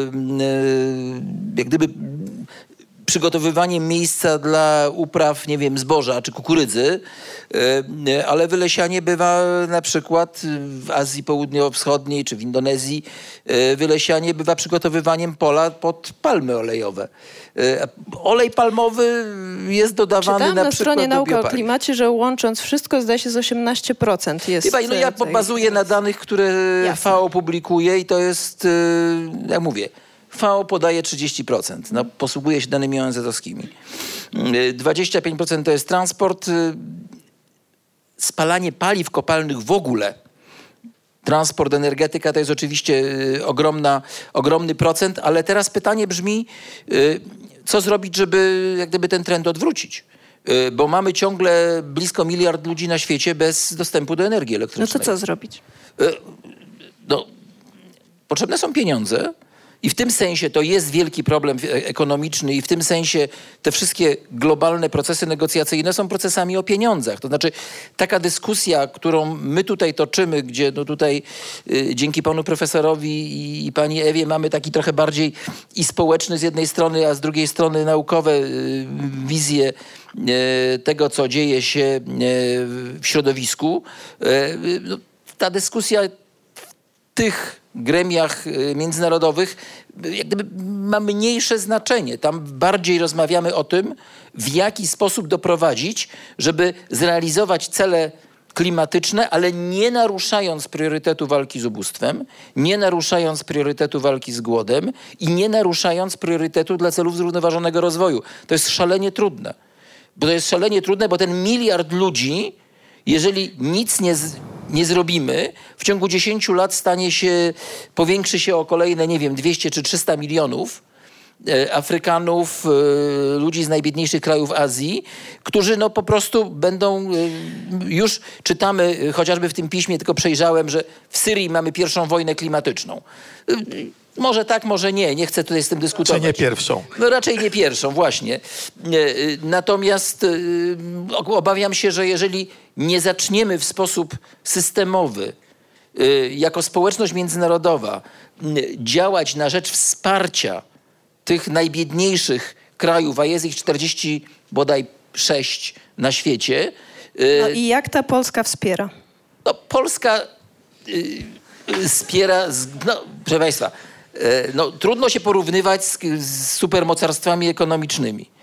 yy, jak gdyby przygotowywaniem miejsca dla upraw, nie wiem, zboża czy kukurydzy, yy, ale wylesianie bywa na przykład w Azji Południowo-Wschodniej czy w Indonezji. Yy, wylesianie bywa przygotowywaniem pola pod palmy olejowe. Yy, olej palmowy jest dodawany Czytałam na, na przykład stronie do Nauka o biopaliw. klimacie, że łącząc wszystko, zdaje się, z osiemnaście procent jest... Chyba, no ja e, tej- bazuję na danych, które Jasne. F A O publikuje i to jest, y, jak mówię, F A O podaje trzydzieści procent. No, posługuje się danymi O N Z-owskimi. Y, dwadzieścia pięć procent to jest transport. y, Spalanie paliw kopalnych w ogóle. Transport, energetyka to jest oczywiście y, ogromna, ogromny procent, ale teraz pytanie brzmi, y, co zrobić, żeby jak gdyby ten trend odwrócić? Y, Bo mamy ciągle blisko miliard ludzi na świecie bez dostępu do energii No elektrycznej. to co zrobić? No, potrzebne są pieniądze i w tym sensie to jest wielki problem ekonomiczny i w tym sensie te wszystkie globalne procesy negocjacyjne są procesami o pieniądzach. To znaczy taka dyskusja, którą my tutaj toczymy, gdzie no tutaj y, dzięki panu profesorowi i, i pani Ewie mamy taki trochę bardziej i społeczny z jednej strony, a z drugiej strony naukowe y, wizje y, tego, co dzieje się y, w środowisku. Y, no, ta dyskusja tych gremiach y, międzynarodowych y, jak gdyby ma mniejsze znaczenie. Tam bardziej rozmawiamy o tym, w jaki sposób doprowadzić, żeby zrealizować cele klimatyczne, ale nie naruszając priorytetu walki z ubóstwem, nie naruszając priorytetu walki z głodem i nie naruszając priorytetu dla celów zrównoważonego rozwoju. To jest szalenie trudne. Bo to jest szalenie trudne, bo ten miliard ludzi, jeżeli nic nie, z, nie zrobimy, w ciągu dziesięciu lat stanie się, powiększy się o kolejne, nie wiem, dwieście czy trzysta milionów e, Afrykanów, e, ludzi z najbiedniejszych krajów Azji, którzy no po prostu będą, e, już czytamy, e, chociażby w tym piśmie, tylko przejrzałem, że w Syrii mamy pierwszą wojnę klimatyczną. E, Może tak, może nie. Nie chcę tutaj z tym dyskutować. Czy nie pierwszą? No raczej nie pierwszą, właśnie. E, y, Natomiast y, obawiam się, że jeżeli nie zaczniemy w sposób systemowy, y, jako społeczność międzynarodowa, y, działać na rzecz wsparcia tych najbiedniejszych krajów, a jest ich czterdzieści bodaj sześć na świecie. y, No i jak ta Polska wspiera? no, Polska y, y, wspiera, z, no, proszę Państwa, y, no, trudno się porównywać z, z supermocarstwami ekonomicznymi.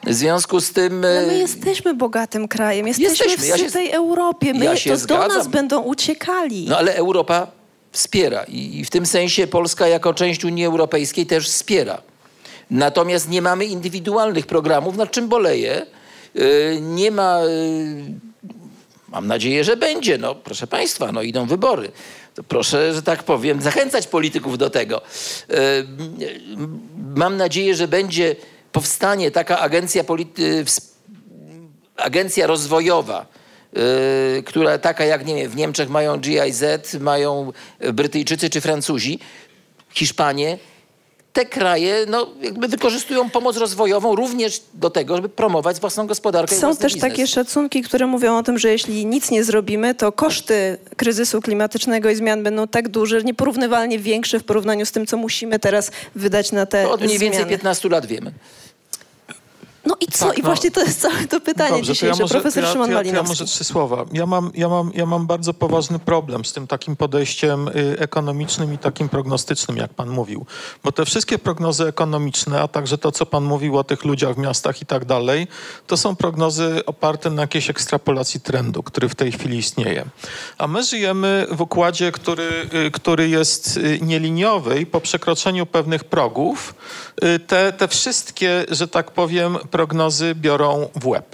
W związku z tym... Ale my jesteśmy bogatym krajem, jesteśmy, jesteśmy. w Ja się, tej Europie, my, ja się to zgadzam. do nas będą uciekali. No ale Europa wspiera i, i w tym sensie Polska jako część Unii Europejskiej też wspiera. Natomiast nie mamy indywidualnych programów, nad czym boleję. Yy, nie ma... Yy, mam nadzieję, że będzie. No proszę państwa, no idą wybory. To proszę, że tak powiem, zachęcać polityków do tego. Yy, mam nadzieję, że będzie powstanie taka agencja, polity- agencja rozwojowa, Yy, która taka jak nie wiem, w Niemczech mają G I Z, mają Brytyjczycy czy Francuzi, Hiszpanie. Te kraje no, jakby wykorzystują pomoc rozwojową również do tego, żeby promować własną gospodarkę. Są i też biznes. takie szacunki, które mówią o tym, że jeśli nic nie zrobimy, to koszty kryzysu klimatycznego i zmian będą tak duże, nieporównywalnie większe w porównaniu z tym, co musimy teraz wydać na te To od mniej zmiany. więcej piętnastu lat wiemy. No i co? Tak, I no. właśnie to jest całe to pytanie Dobrze, to dzisiejsze. ja może, Profesor to ja, Szymon to ja, to ja Malinowski. może trzy słowa. Ja mam, ja, mam, ja mam bardzo poważny problem z tym takim podejściem y, ekonomicznym i takim prognostycznym, jak pan mówił. Bo te wszystkie prognozy ekonomiczne, a także to, co pan mówił o tych ludziach w miastach i tak dalej, to są prognozy oparte na jakiejś ekstrapolacji trendu, który w tej chwili istnieje. A my żyjemy w układzie, który, y, który jest y, nieliniowy i po przekroczeniu pewnych progów y, te, te wszystkie, że tak powiem, prognozy biorą w łeb.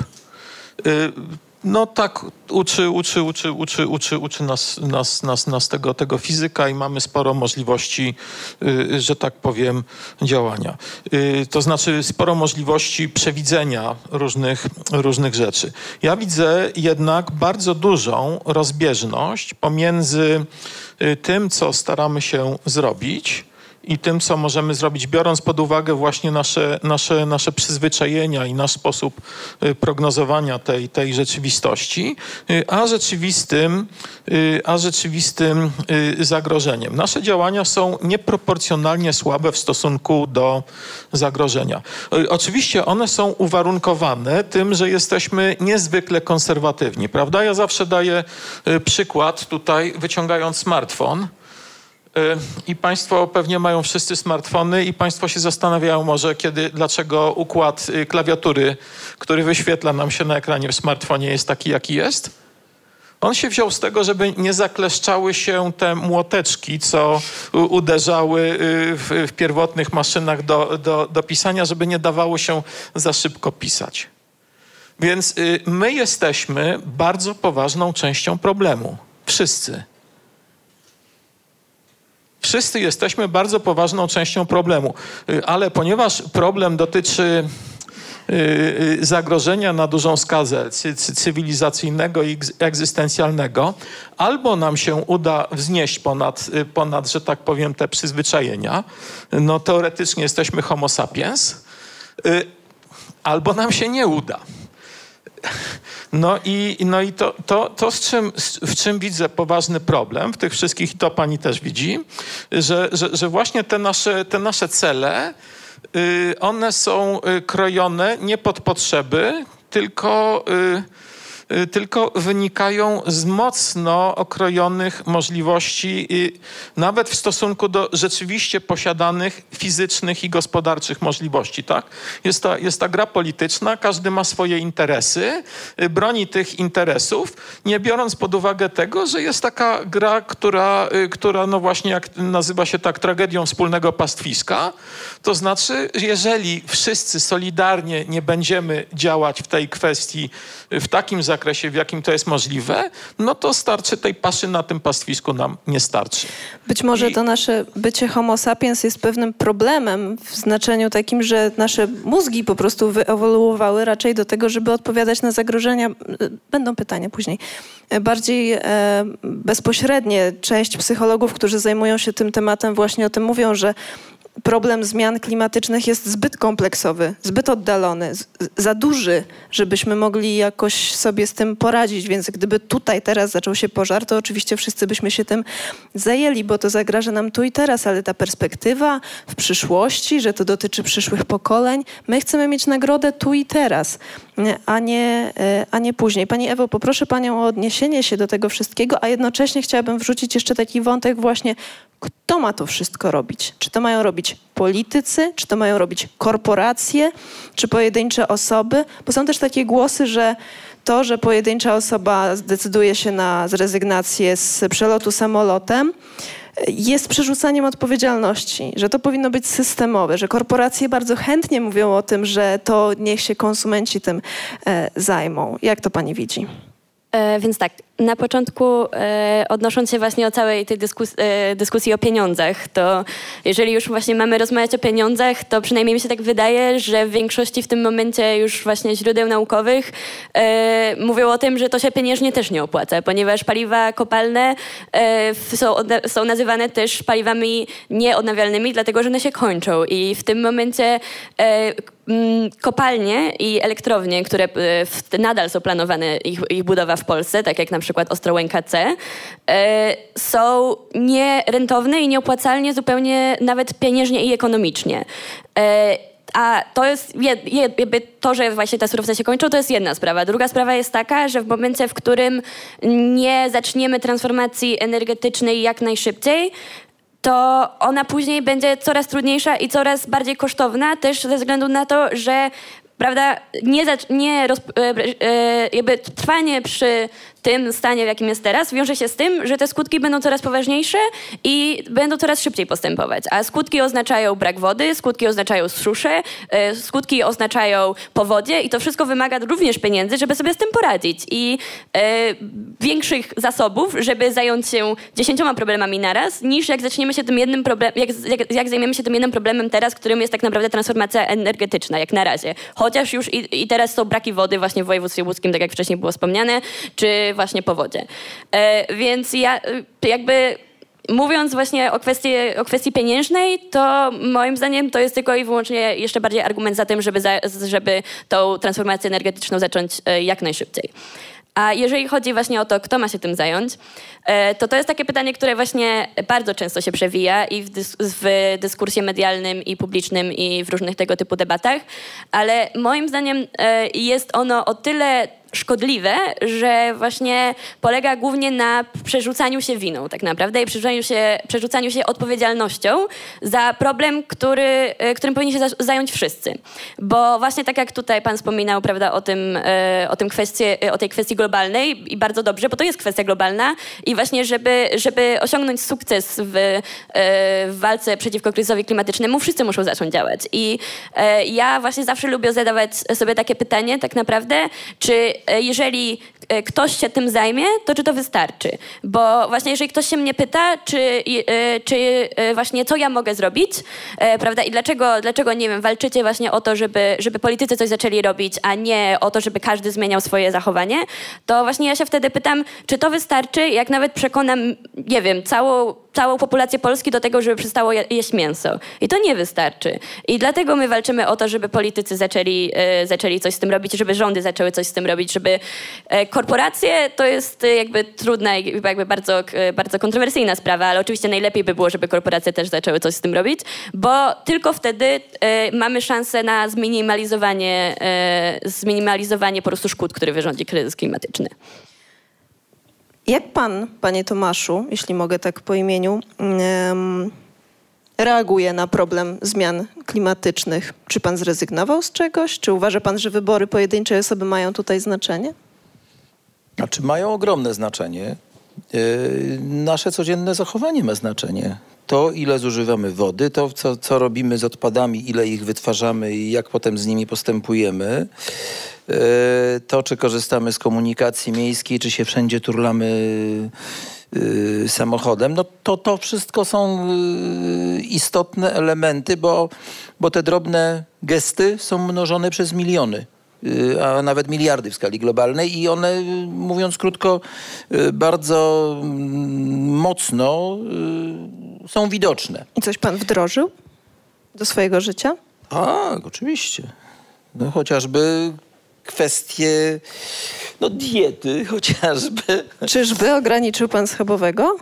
No tak uczy, uczy, uczy, uczy, uczy, uczy nas, nas, nas, nas tego, tego fizyka i mamy sporo możliwości, że tak powiem, działania. To znaczy sporo możliwości przewidzenia różnych, różnych rzeczy. Ja widzę jednak bardzo dużą rozbieżność pomiędzy tym, co staramy się zrobić, i tym, co możemy zrobić, biorąc pod uwagę właśnie nasze, nasze, nasze przyzwyczajenia i nasz sposób prognozowania tej, tej rzeczywistości, a rzeczywistym, a rzeczywistym zagrożeniem. Nasze działania są nieproporcjonalnie słabe w stosunku do zagrożenia. Oczywiście one są uwarunkowane tym, że jesteśmy niezwykle konserwatywni, prawda? Ja zawsze daję przykład tutaj, wyciągając smartfon. I państwo pewnie mają wszyscy smartfony i państwo się zastanawiają może, kiedy, dlaczego układ klawiatury, który wyświetla nam się na ekranie w smartfonie, jest taki, jaki jest. On się wziął z tego, żeby nie zakleszczały się te młoteczki, co uderzały w, w pierwotnych maszynach do, do, do pisania, żeby nie dawało się za szybko pisać. Więc my jesteśmy bardzo poważną częścią problemu. Wszyscy. Wszyscy jesteśmy bardzo poważną częścią problemu, ale ponieważ problem dotyczy zagrożenia na dużą skalę cywilizacyjnego i egzystencjalnego, albo nam się uda wznieść ponad, ponad, że tak powiem, te przyzwyczajenia, no teoretycznie jesteśmy homo sapiens, albo nam się nie uda. No i, no i to, to, to z czym, w czym widzę poważny problem w tych wszystkich, i to pani też widzi, że, że, że właśnie te nasze, te nasze cele, y, one są krojone nie pod potrzeby, tylko... Y, tylko wynikają z mocno okrojonych możliwości, nawet w stosunku do rzeczywiście posiadanych fizycznych i gospodarczych możliwości. Tak? Jest ta, jest ta gra polityczna, każdy ma swoje interesy, broni tych interesów, nie biorąc pod uwagę tego, że jest taka gra, która, która no właśnie jak nazywa się tak tragedią wspólnego pastwiska, to znaczy, jeżeli wszyscy solidarnie nie będziemy działać w tej kwestii w takim zakresie, w jakim to jest możliwe, no to starczy tej paszy na tym pastwisku nam nie starczy. Być może I... to nasze bycie homo sapiens jest pewnym problemem w znaczeniu takim, że nasze mózgi po prostu wyewoluowały raczej do tego, żeby odpowiadać na zagrożenia. Będą pytania później. Bardziej e, bezpośrednie. Część psychologów, którzy zajmują się tym tematem, właśnie o tym mówią, że problem zmian klimatycznych jest zbyt kompleksowy, zbyt oddalony, z, za duży, żebyśmy mogli jakoś sobie z tym poradzić. Więc gdyby tutaj teraz zaczął się pożar, to oczywiście wszyscy byśmy się tym zajęli, bo to zagraża nam tu i teraz, ale ta perspektywa w przyszłości, że to dotyczy przyszłych pokoleń, my chcemy mieć nagrodę tu i teraz. a nie, a nie później. Pani Ewo, poproszę Panią o odniesienie się do tego wszystkiego, a jednocześnie chciałabym wrzucić jeszcze taki wątek właśnie, kto ma to wszystko robić? Czy to mają robić politycy, czy to mają robić korporacje, czy pojedyncze osoby? Bo są też takie głosy, że to, że pojedyncza osoba zdecyduje się na zrezygnację z przelotu samolotem, jest przerzucaniem odpowiedzialności, że to powinno być systemowe, że korporacje bardzo chętnie mówią o tym, że to niech się konsumenci tym e, zajmą. Jak to pani widzi? E, więc tak, na początku e, odnosząc się właśnie o całej tej dyskus e, dyskusji o pieniądzach, to jeżeli już właśnie mamy rozmawiać o pieniądzach, to przynajmniej mi się tak wydaje, że w większości w tym momencie już właśnie źródeł naukowych e, mówią o tym, że to się pieniężnie też nie opłaca, ponieważ paliwa kopalne e, są, są nazywane też paliwami nieodnawialnymi, dlatego że one się kończą i w tym momencie e, kopalnie i elektrownie, które nadal są planowane, ich, ich budowa w Polsce, tak jak na przykład Ostrołęka C, są nierentowne i nieopłacalnie zupełnie nawet pieniężnie i ekonomicznie. A to jest, jakby to, że właśnie te surowce się kończą, to jest jedna sprawa. Druga sprawa jest taka, że w momencie, w którym nie zaczniemy transformacji energetycznej jak najszybciej, to ona później będzie coraz trudniejsza i coraz bardziej kosztowna, też ze względu na to, że prawda, nie, nie roz, jakby trwanie przy tym stanie, w jakim jest teraz, wiąże się z tym, że te skutki będą coraz poważniejsze i będą coraz szybciej postępować. A skutki oznaczają brak wody, skutki oznaczają suszę, skutki oznaczają powodzie i to wszystko wymaga również pieniędzy, żeby sobie z tym poradzić. I e, większych zasobów, żeby zająć się dziesięcioma problemami naraz, niż jak zaczniemy się tym jednym problemem, jak, jak, jak zajmiemy się tym jednym problemem teraz, którym jest tak naprawdę transformacja energetyczna, jak na razie. Chociaż już i, i teraz są braki wody właśnie w województwie łódzkim, tak jak wcześniej było wspomniane, czy właśnie powodzie. E, więc ja jakby mówiąc właśnie o kwestii, o kwestii pieniężnej, to moim zdaniem to jest tylko i wyłącznie jeszcze bardziej argument za tym, żeby, za, żeby tą transformację energetyczną zacząć e, jak najszybciej. A jeżeli chodzi właśnie o to, kto ma się tym zająć, to to jest takie pytanie, które właśnie bardzo często się przewija i w, dys w dyskursie medialnym i publicznym i w różnych tego typu debatach, ale moim zdaniem jest ono o tyle szkodliwe, że właśnie polega głównie na przerzucaniu się winą tak naprawdę i przerzucaniu się, przerzucaniu się odpowiedzialnością za problem, który, którym powinni się zająć wszyscy. Bo właśnie tak jak tutaj pan wspominał, prawda, o tym, o tym kwestie, o tej kwestii globalnej i bardzo dobrze, bo to jest kwestia globalna i właśnie żeby, żeby osiągnąć sukces w, w walce przeciwko kryzysowi klimatycznemu, wszyscy muszą zacząć działać. I ja właśnie zawsze lubię zadawać sobie takie pytanie tak naprawdę, czy jeżeli ktoś się tym zajmie, to czy to wystarczy? Bo właśnie jeżeli ktoś się mnie pyta, czy, czy właśnie co ja mogę zrobić, prawda, i dlaczego, dlaczego, nie wiem, walczycie właśnie o to, żeby, żeby politycy coś zaczęli robić, a nie o to, żeby każdy zmieniał swoje zachowanie, to właśnie ja się wtedy pytam, czy to wystarczy, jak nawet przekonam, nie wiem, całą całą populację Polski do tego, żeby przestało je jeść mięso. I to nie wystarczy. I dlatego my walczymy o to, żeby politycy zaczęli, e, zaczęli coś z tym robić, żeby rządy zaczęły coś z tym robić, żeby e, korporacje, to jest e, jakby trudna i jakby bardzo, e, bardzo kontrowersyjna sprawa, ale oczywiście najlepiej by było, żeby korporacje też zaczęły coś z tym robić, bo tylko wtedy e, mamy szansę na zminimalizowanie, e, zminimalizowanie po prostu szkód, które wyrządzi kryzys klimatyczny. Jak pan, panie Tomaszu, jeśli mogę tak po imieniu, um, reaguje na problem zmian klimatycznych? Czy pan zrezygnował z czegoś? Czy uważa pan, że wybory pojedynczej osoby mają tutaj znaczenie? Znaczy mają ogromne znaczenie. Yy, nasze codzienne zachowanie ma znaczenie. To, ile zużywamy wody, to, co, co robimy z odpadami, ile ich wytwarzamy i jak potem z nimi postępujemy. To, czy korzystamy z komunikacji miejskiej, czy się wszędzie turlamy yy, samochodem, no to to wszystko są yy, istotne elementy, bo, bo te drobne gesty są mnożone przez miliony, yy, a nawet miliardy w skali globalnej i one, yy, mówiąc krótko, yy, bardzo yy, mocno yy, są widoczne. I coś pan wdrożył do swojego życia? Tak, oczywiście. No chociażby kwestie no, diety chociażby. Czyżby ograniczył pan schabowego?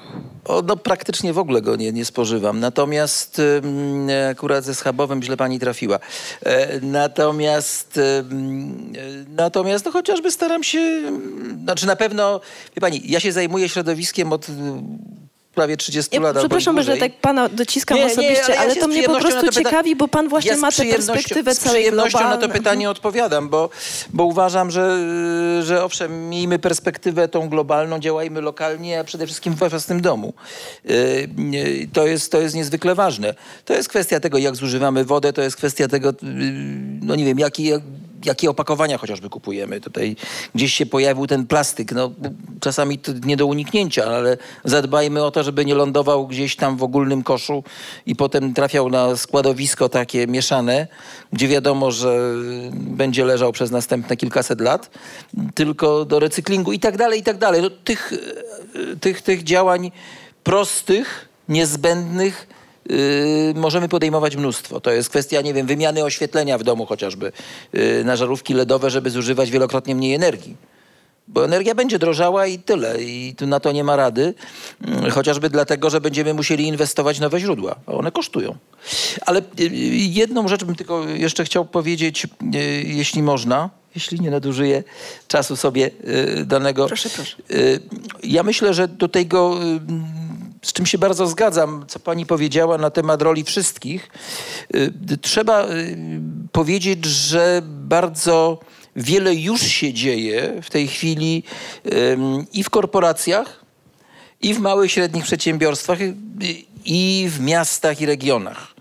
O, no praktycznie w ogóle go nie, nie spożywam. Natomiast ym, akurat ze schabowym źle pani trafiła. E, natomiast ym, natomiast no chociażby staram się, znaczy na pewno, wie pani, ja się zajmuję środowiskiem od prawie trzydziestu Ja, lat. przepraszam, że tak pana dociskam Nie, nie, osobiście, ale ja ale się to z mnie po przyjemnością prostu na to pyta- ciekawi, bo pan właśnie Ja z ma tę przyjemnością- perspektywę z całej przyjemnością globalną. na to pytanie odpowiadam, bo, bo uważam, że, że owszem, miejmy perspektywę tą globalną, działajmy lokalnie, a przede wszystkim we własnym domu. Yy, to jest, to jest niezwykle ważne. To jest kwestia tego, jak zużywamy wodę, to jest kwestia tego, yy, no nie wiem, jaki... Jak, jakie opakowania chociażby kupujemy. Tutaj gdzieś się pojawił ten plastyk. No, czasami to nie do uniknięcia, ale zadbajmy o to, żeby nie lądował gdzieś tam w ogólnym koszu i potem trafiał na składowisko takie mieszane, gdzie wiadomo, że będzie leżał przez następne kilkaset lat, tylko do recyklingu i tak dalej, i tak dalej. No, tych, tych, tych działań prostych, niezbędnych, Yy, możemy podejmować mnóstwo. To jest kwestia, nie wiem, wymiany oświetlenia w domu chociażby yy, na żarówki ledowe, żeby zużywać wielokrotnie mniej energii. Bo energia będzie drożała i tyle. I tu na to nie ma rady. Yy, chociażby dlatego, że będziemy musieli inwestować w nowe źródła. A one kosztują. Ale yy, jedną rzecz bym tylko jeszcze chciał powiedzieć, yy, jeśli można, jeśli nie nadużyję czasu sobie yy, danego. Proszę, proszę. Yy, ja myślę, że do tego... Yy, z czym się bardzo zgadzam, co pani powiedziała na temat roli wszystkich. Trzeba powiedzieć, że bardzo wiele już się dzieje w tej chwili i w korporacjach, i w małych i średnich przedsiębiorstwach, i w miastach i regionach.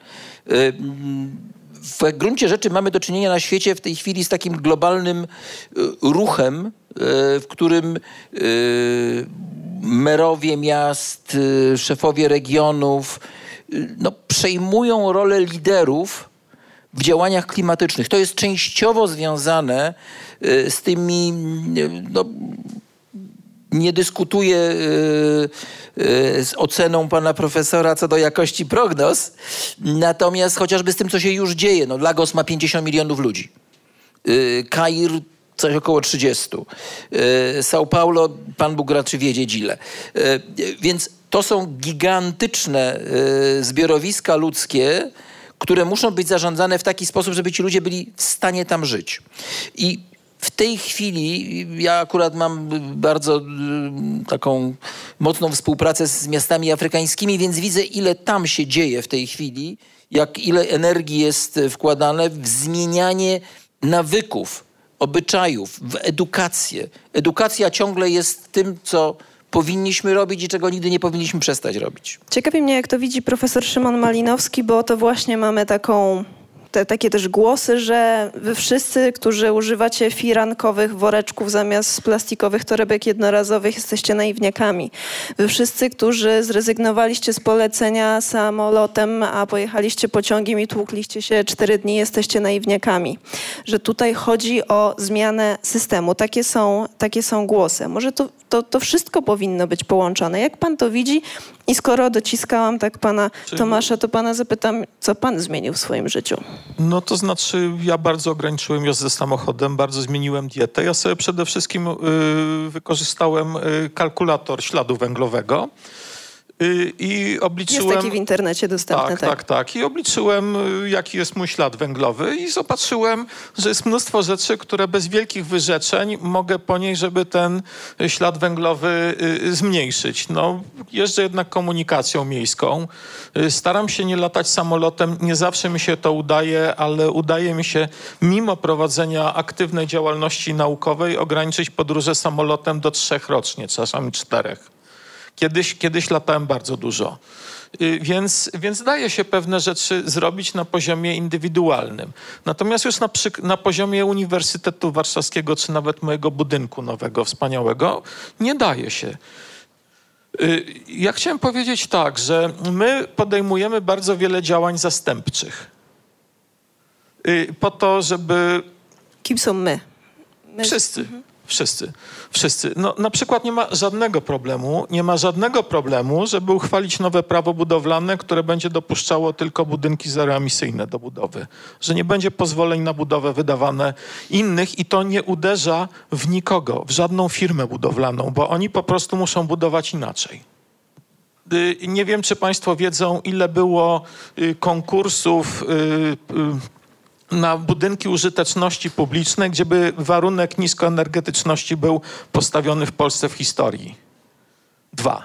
W gruncie rzeczy mamy do czynienia na świecie w tej chwili z takim globalnym ruchem, w którym merowie miast, szefowie regionów no, przejmują rolę liderów w działaniach klimatycznych. To jest częściowo związane z tymi, no, nie dyskutuję z oceną pana profesora co do jakości prognoz, natomiast chociażby z tym, co się już dzieje. No, Lagos ma pięćdziesiąt milionów ludzi. Kair coś około trzydzieści. São Paulo, pan Bóg raczy wiedzieć ile. Więc to są gigantyczne zbiorowiska ludzkie, które muszą być zarządzane w taki sposób, żeby ci ludzie byli w stanie tam żyć. I w tej chwili ja akurat mam bardzo taką mocną współpracę z miastami afrykańskimi, więc widzę, ile tam się dzieje w tej chwili, jak ile energii jest wkładane w zmienianie nawyków, obyczajów, w edukację. Edukacja ciągle jest tym, co powinniśmy robić i czego nigdy nie powinniśmy przestać robić. Ciekawi mnie, jak to widzi profesor Szymon Malinowski, bo to właśnie mamy taką, te, takie też głosy, że wy wszyscy, którzy używacie firankowych woreczków zamiast plastikowych torebek jednorazowych, jesteście naiwniakami. Wy wszyscy, którzy zrezygnowaliście z polecenia samolotem, a pojechaliście pociągiem i tłukliście się cztery dni, jesteście naiwniakami. Że tutaj chodzi o zmianę systemu. Takie są, takie są głosy. Może to, to, to wszystko powinno być połączone. Jak pan to widzi? I skoro dociskałam tak pana Czyli... Tomasza, to pana zapytam, co pan zmienił w swoim życiu? No to znaczy, ja bardzo ograniczyłem jazdę samochodem, bardzo zmieniłem dietę. Ja sobie przede wszystkim y, wykorzystałem y, kalkulator śladu węglowego y, i obliczyłem... Jest taki w internecie dostępny. Tak, tak, tak, tak. I obliczyłem, y, jaki jest mój ślad węglowy i zobaczyłem, że jest mnóstwo rzeczy, które bez wielkich wyrzeczeń mogę ponieść, żeby ten ślad węglowy y, zmniejszyć. No, jeżdżę jednak komunikacją miejską. Y, staram się nie latać samolotem. Nie zawsze mi się to udaje, ale udaje mi się mimo prowadzenia aktywnej działalności naukowej ograniczyć podróże samolotem do trzech rocznie, czasami czterech. Kiedyś, kiedyś latałem bardzo dużo. Więc, więc daje się pewne rzeczy zrobić na poziomie indywidualnym. Natomiast już na, przyk- na poziomie Uniwersytetu Warszawskiego, czy nawet mojego budynku nowego, wspaniałego, nie daje się. Ja chciałem powiedzieć tak, że my podejmujemy bardzo wiele działań zastępczych. Po to, żeby... Kim są my? my... Wszyscy. Mhm. Wszyscy, wszyscy. No, na przykład nie ma żadnego problemu, nie ma żadnego problemu, żeby uchwalić nowe prawo budowlane, które będzie dopuszczało tylko budynki zeroemisyjne do budowy. Że nie będzie pozwoleń na budowę wydawane innych i to nie uderza w nikogo, w żadną firmę budowlaną, bo oni po prostu muszą budować inaczej. nie wiem, czy państwo wiedzą, ile było konkursów na budynki użyteczności publicznej, gdzie by warunek niskoenergetyczności był postawiony w Polsce w historii. Dwa.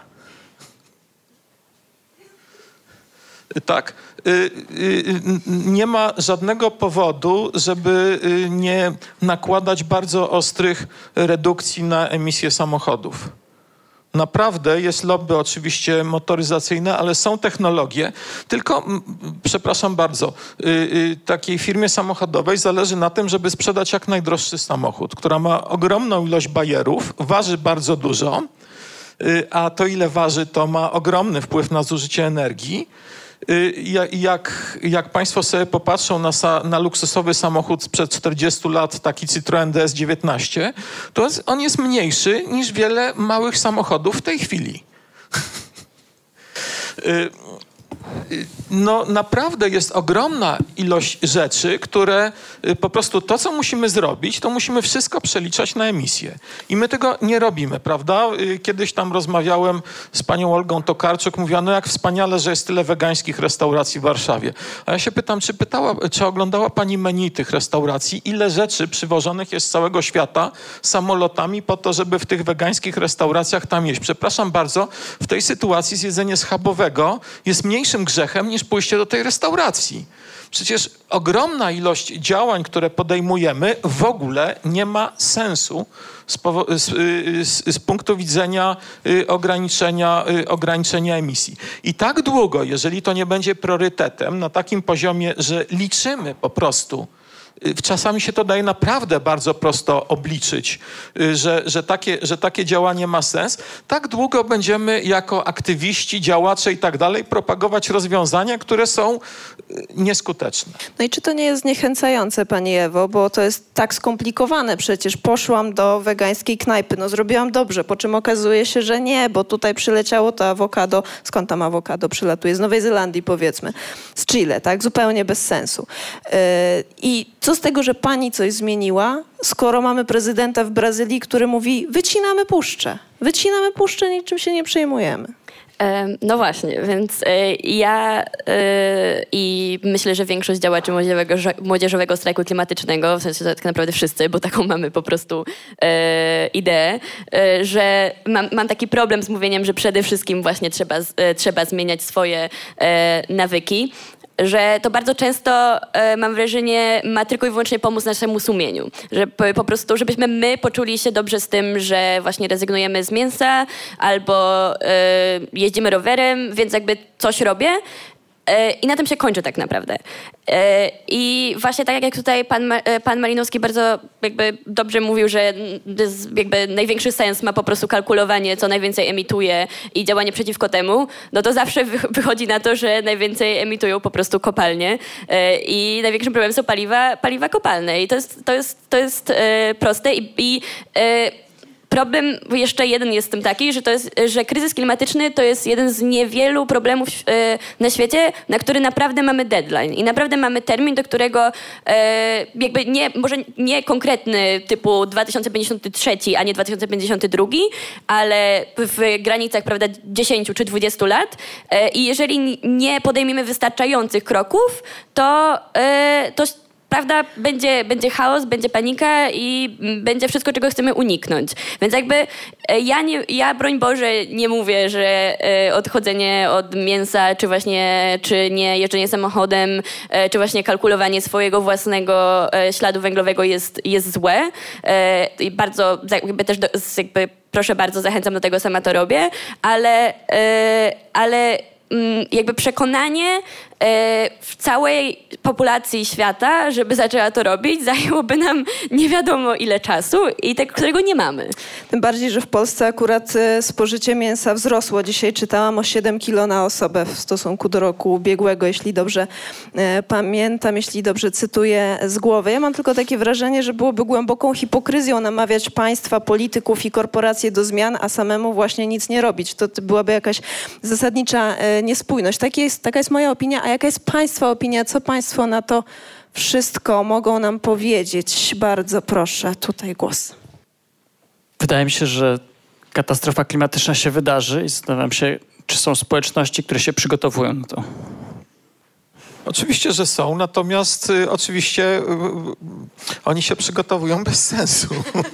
Tak. Nie ma żadnego powodu, żeby nie nakładać bardzo ostrych redukcji na emisję samochodów. Naprawdę jest lobby oczywiście motoryzacyjne, ale są technologie. Tylko, m, przepraszam bardzo, y, y, takiej firmie samochodowej zależy na tym, żeby sprzedać jak najdroższy samochód, która ma ogromną ilość bajerów, waży bardzo dużo, y, a to ile waży, to ma ogromny wpływ na zużycie energii. Jak, jak państwo sobie popatrzą na, na luksusowy samochód sprzed czterdziestu lat, taki Citroen D S dziewiętnaście, to on jest mniejszy niż wiele małych samochodów w tej chwili. No naprawdę jest ogromna ilość rzeczy, które po prostu to, co musimy zrobić, to musimy wszystko przeliczać na emisję. I my tego nie robimy, prawda? Kiedyś tam rozmawiałem z panią Olgą Tokarczuk, mówiła, no jak wspaniale, że jest tyle wegańskich restauracji w Warszawie. A ja się pytam, czy pytała, czy oglądała pani menu tych restauracji, ile rzeczy przywożonych jest z całego świata samolotami po to, żeby w tych wegańskich restauracjach tam jeść. Przepraszam bardzo, w tej sytuacji zjedzenie schabowego jest mniejszym grzechem niż pójście do tej restauracji. Przecież ogromna ilość działań, które podejmujemy, w ogóle nie ma sensu z, z, z, z punktu widzenia ograniczenia, ograniczenia emisji. I tak długo, jeżeli to nie będzie priorytetem na takim poziomie, że liczymy po prostu, czasami się to daje naprawdę bardzo prosto obliczyć, że, że, takie, że takie działanie ma sens. Tak długo będziemy jako aktywiści, działacze i tak dalej propagować rozwiązania, które są nieskuteczne. No i czy to nie jest zniechęcające, pani Ewo, bo to jest tak skomplikowane. Przecież poszłam do wegańskiej knajpy, no zrobiłam dobrze, po czym okazuje się, że nie, bo tutaj przyleciało to awokado. Skąd tam awokado przylatuje? Z Nowej Zelandii, powiedzmy. Z Chile, tak? Zupełnie bez sensu. Yy, I co z tego, że pani coś zmieniła, skoro mamy prezydenta w Brazylii, który mówi, wycinamy puszczę. Wycinamy puszczę, niczym się nie przejmujemy. No właśnie, więc ja i myślę, że większość działaczy młodzieżowego, młodzieżowego strajku klimatycznego, w sensie tak naprawdę wszyscy, bo taką mamy po prostu ideę, że mam, mam taki problem z mówieniem, że przede wszystkim właśnie trzeba, trzeba zmieniać swoje nawyki, że to bardzo często, e, mam wrażenie, ma tylko i wyłącznie pomóc naszemu sumieniu. Że po, po prostu, żebyśmy my poczuli się dobrze z tym, że właśnie rezygnujemy z mięsa albo e, jeździmy rowerem, więc jakby coś robię. I na tym się kończy tak naprawdę. I właśnie tak jak tutaj pan, pan Malinowski bardzo jakby dobrze mówił, że jakby największy sens ma po prostu kalkulowanie, co najwięcej emituje i działanie przeciwko temu, no to zawsze wychodzi na to, że najwięcej emitują po prostu kopalnie i największym problemem są paliwa, paliwa kopalne. I to jest, to jest, to jest proste i, i problem jeszcze jeden jest w tym taki, że, to jest, że kryzys klimatyczny to jest jeden z niewielu problemów e, na świecie, na który naprawdę mamy deadline i naprawdę mamy termin, do którego e, jakby nie, może nie konkretny typu dwa tysiące pięćdziesiąty trzeci, a nie dwa tysiące pięćdziesiąty drugi, ale w granicach, prawda, dziesięciu czy dwudziestu lat e, i jeżeli nie podejmiemy wystarczających kroków, to, e, to prawda, będzie, będzie chaos, będzie panika i będzie wszystko, czego chcemy uniknąć. Więc jakby ja, nie, ja broń Boże, nie mówię, że e, odchodzenie od mięsa, czy właśnie, czy nie jeżdżenie samochodem, e, czy właśnie kalkulowanie swojego własnego e, śladu węglowego jest, jest złe. E, I bardzo, jakby też do, jakby, proszę bardzo, zachęcam do tego, sama to robię, ale, e, ale jakby przekonanie w całej populacji świata, żeby zaczęła to robić, zajęłoby nam nie wiadomo ile czasu i tego, którego nie mamy. Tym bardziej, że w Polsce akurat spożycie mięsa wzrosło. Dzisiaj czytałam o siedem kilo na osobę w stosunku do roku ubiegłego, jeśli dobrze e, pamiętam, jeśli dobrze cytuję z głowy. Ja mam tylko takie wrażenie, że byłoby głęboką hipokryzją namawiać państwa, polityków i korporacje do zmian, a samemu właśnie nic nie robić. To byłaby jakaś zasadnicza e, niespójność. Taki jest, taka jest moja opinia. A jaka jest państwa opinia? Co państwo na to wszystko mogą nam powiedzieć? Bardzo proszę, tutaj głos. Wydaje mi się, że katastrofa klimatyczna się wydarzy i zastanawiam się, czy są społeczności, które się przygotowują na to? Oczywiście, że są, natomiast y, oczywiście y, y, oni się przygotowują bez sensu.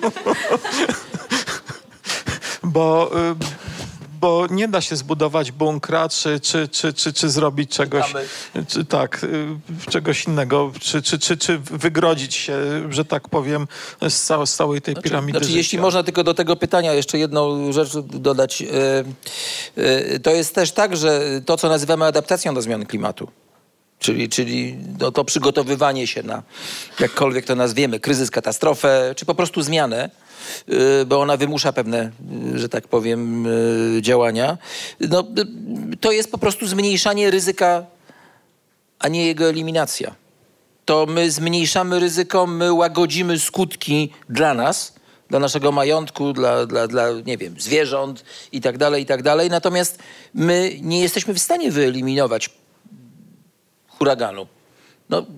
Bo, y, bo nie da się zbudować bunkra, czy, czy, czy, czy, czy zrobić czegoś, czy, tak, y, czegoś innego, czy, czy, czy, czy wygrodzić się, że tak powiem, z, cał, z całej tej Znaczy, piramidy znaczy, życia. jeśli można tylko do tego pytania jeszcze jedną rzecz dodać. Yy, yy, to jest też tak, że to, co nazywamy adaptacją do zmiany klimatu, Czyli, czyli no, to przygotowywanie się na, jakkolwiek to nazwiemy, kryzys, katastrofę, czy po prostu zmianę, yy, bo ona wymusza pewne, yy, że tak powiem, yy, działania. No, yy, to jest po prostu zmniejszanie ryzyka, a nie jego eliminacja. To my zmniejszamy ryzyko, my łagodzimy skutki dla nas, dla naszego majątku, dla, dla, dla nie wiem, zwierząt i tak dalej, i tak dalej. Natomiast my nie jesteśmy w stanie wyeliminować huraganu. No, y,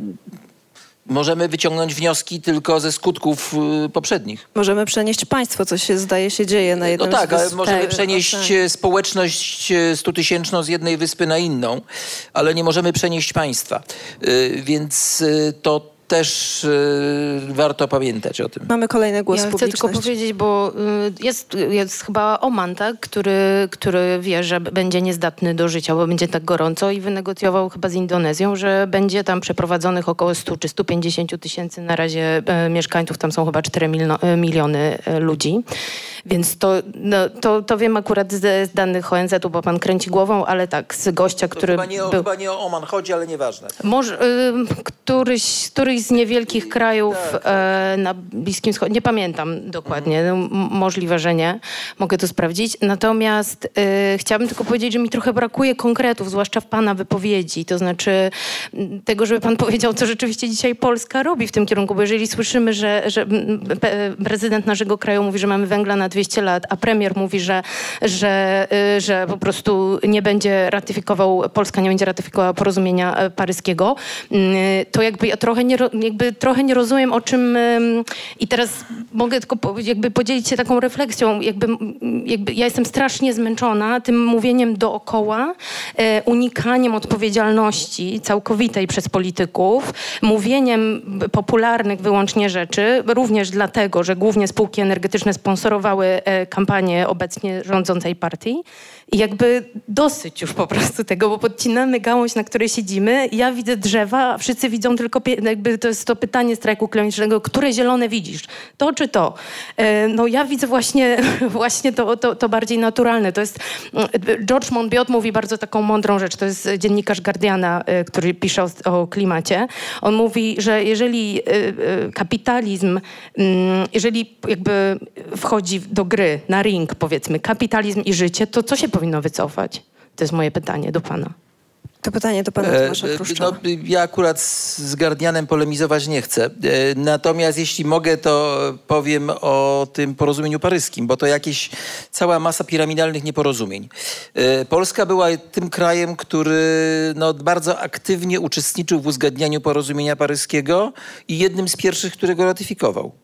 możemy wyciągnąć wnioski tylko ze skutków y, poprzednich. Możemy przenieść państwo, co się zdaje się dzieje na jednym No tak, z wysp. ale możemy Tak, przenieść tak. społeczność stutysięczną z jednej wyspy na inną, ale nie możemy przenieść państwa. Y, więc y, to też y, warto pamiętać o tym. Mamy kolejny głos Ja chcę publiczności. tylko powiedzieć, bo y, jest, jest chyba Oman, tak, który, który wie, że b- będzie niezdatny do życia, bo będzie tak gorąco i wynegocjował chyba z Indonezją, że będzie tam przeprowadzonych około stu czy stu pięćdziesięciu tysięcy na razie e, mieszkańców. Tam są chyba cztery milno, e, miliony e, ludzi. Więc to, no, to, to wiem akurat z, z danych O N Z u, bo pan kręci głową, ale tak, z gościa, To który chyba, nie o, był... chyba nie o Oman chodzi, ale nieważne. Może, y, któryś, któryś z niewielkich krajów e, na Bliskim Wschodzie, nie pamiętam dokładnie, no, m- możliwe, że nie, mogę to sprawdzić. Natomiast y, chciałabym tylko powiedzieć, że mi trochę brakuje konkretów, zwłaszcza w pana wypowiedzi, to znaczy m, tego, żeby pan powiedział, co rzeczywiście dzisiaj Polska robi w tym kierunku, bo jeżeli słyszymy, że, że m, pe, prezydent naszego kraju mówi, że mamy węgla na dwieście lat, a premier mówi, że, że, y, że po prostu nie będzie ratyfikował, Polska nie będzie ratyfikowała porozumienia e, paryskiego, y, to jakby ja trochę nie, ro- jakby trochę nie rozumiem, o czym... ym, I teraz mogę tylko po, jakby podzielić się taką refleksją. Jakby, jakby ja jestem strasznie zmęczona tym mówieniem dookoła, e, unikaniem odpowiedzialności całkowitej przez polityków, mówieniem popularnych wyłącznie rzeczy, również dlatego, że głównie spółki energetyczne sponsorowały e, kampanię obecnie rządzącej partii. I jakby dosyć już po prostu tego, bo podcinamy gałąź, na której siedzimy. Ja widzę drzewa, a wszyscy widzą tylko, pie- jakby to jest to pytanie strajku klimatycznego, które zielone widzisz? To czy to? E, no ja widzę właśnie, właśnie to, to, to bardziej naturalne. To jest, George Monbiot mówi bardzo taką mądrą rzecz, to jest dziennikarz Guardiana, e, który pisze o, o klimacie. On mówi, że jeżeli e, e, kapitalizm, mm, jeżeli jakby wchodzi do gry, na ring powiedzmy, kapitalizm i życie, to co się powinno wycofać? To jest moje pytanie do pana. To pytanie do pana Tomasza E, Pruszczowa. no, ja akurat z z Guardianem polemizować nie chcę. E, Natomiast jeśli mogę, to powiem o tym porozumieniu paryskim, bo to jakieś cała masa piramidalnych nieporozumień. E, Polska była tym krajem, który no, bardzo aktywnie uczestniczył w uzgadnianiu porozumienia paryskiego i jednym z pierwszych, który go ratyfikował.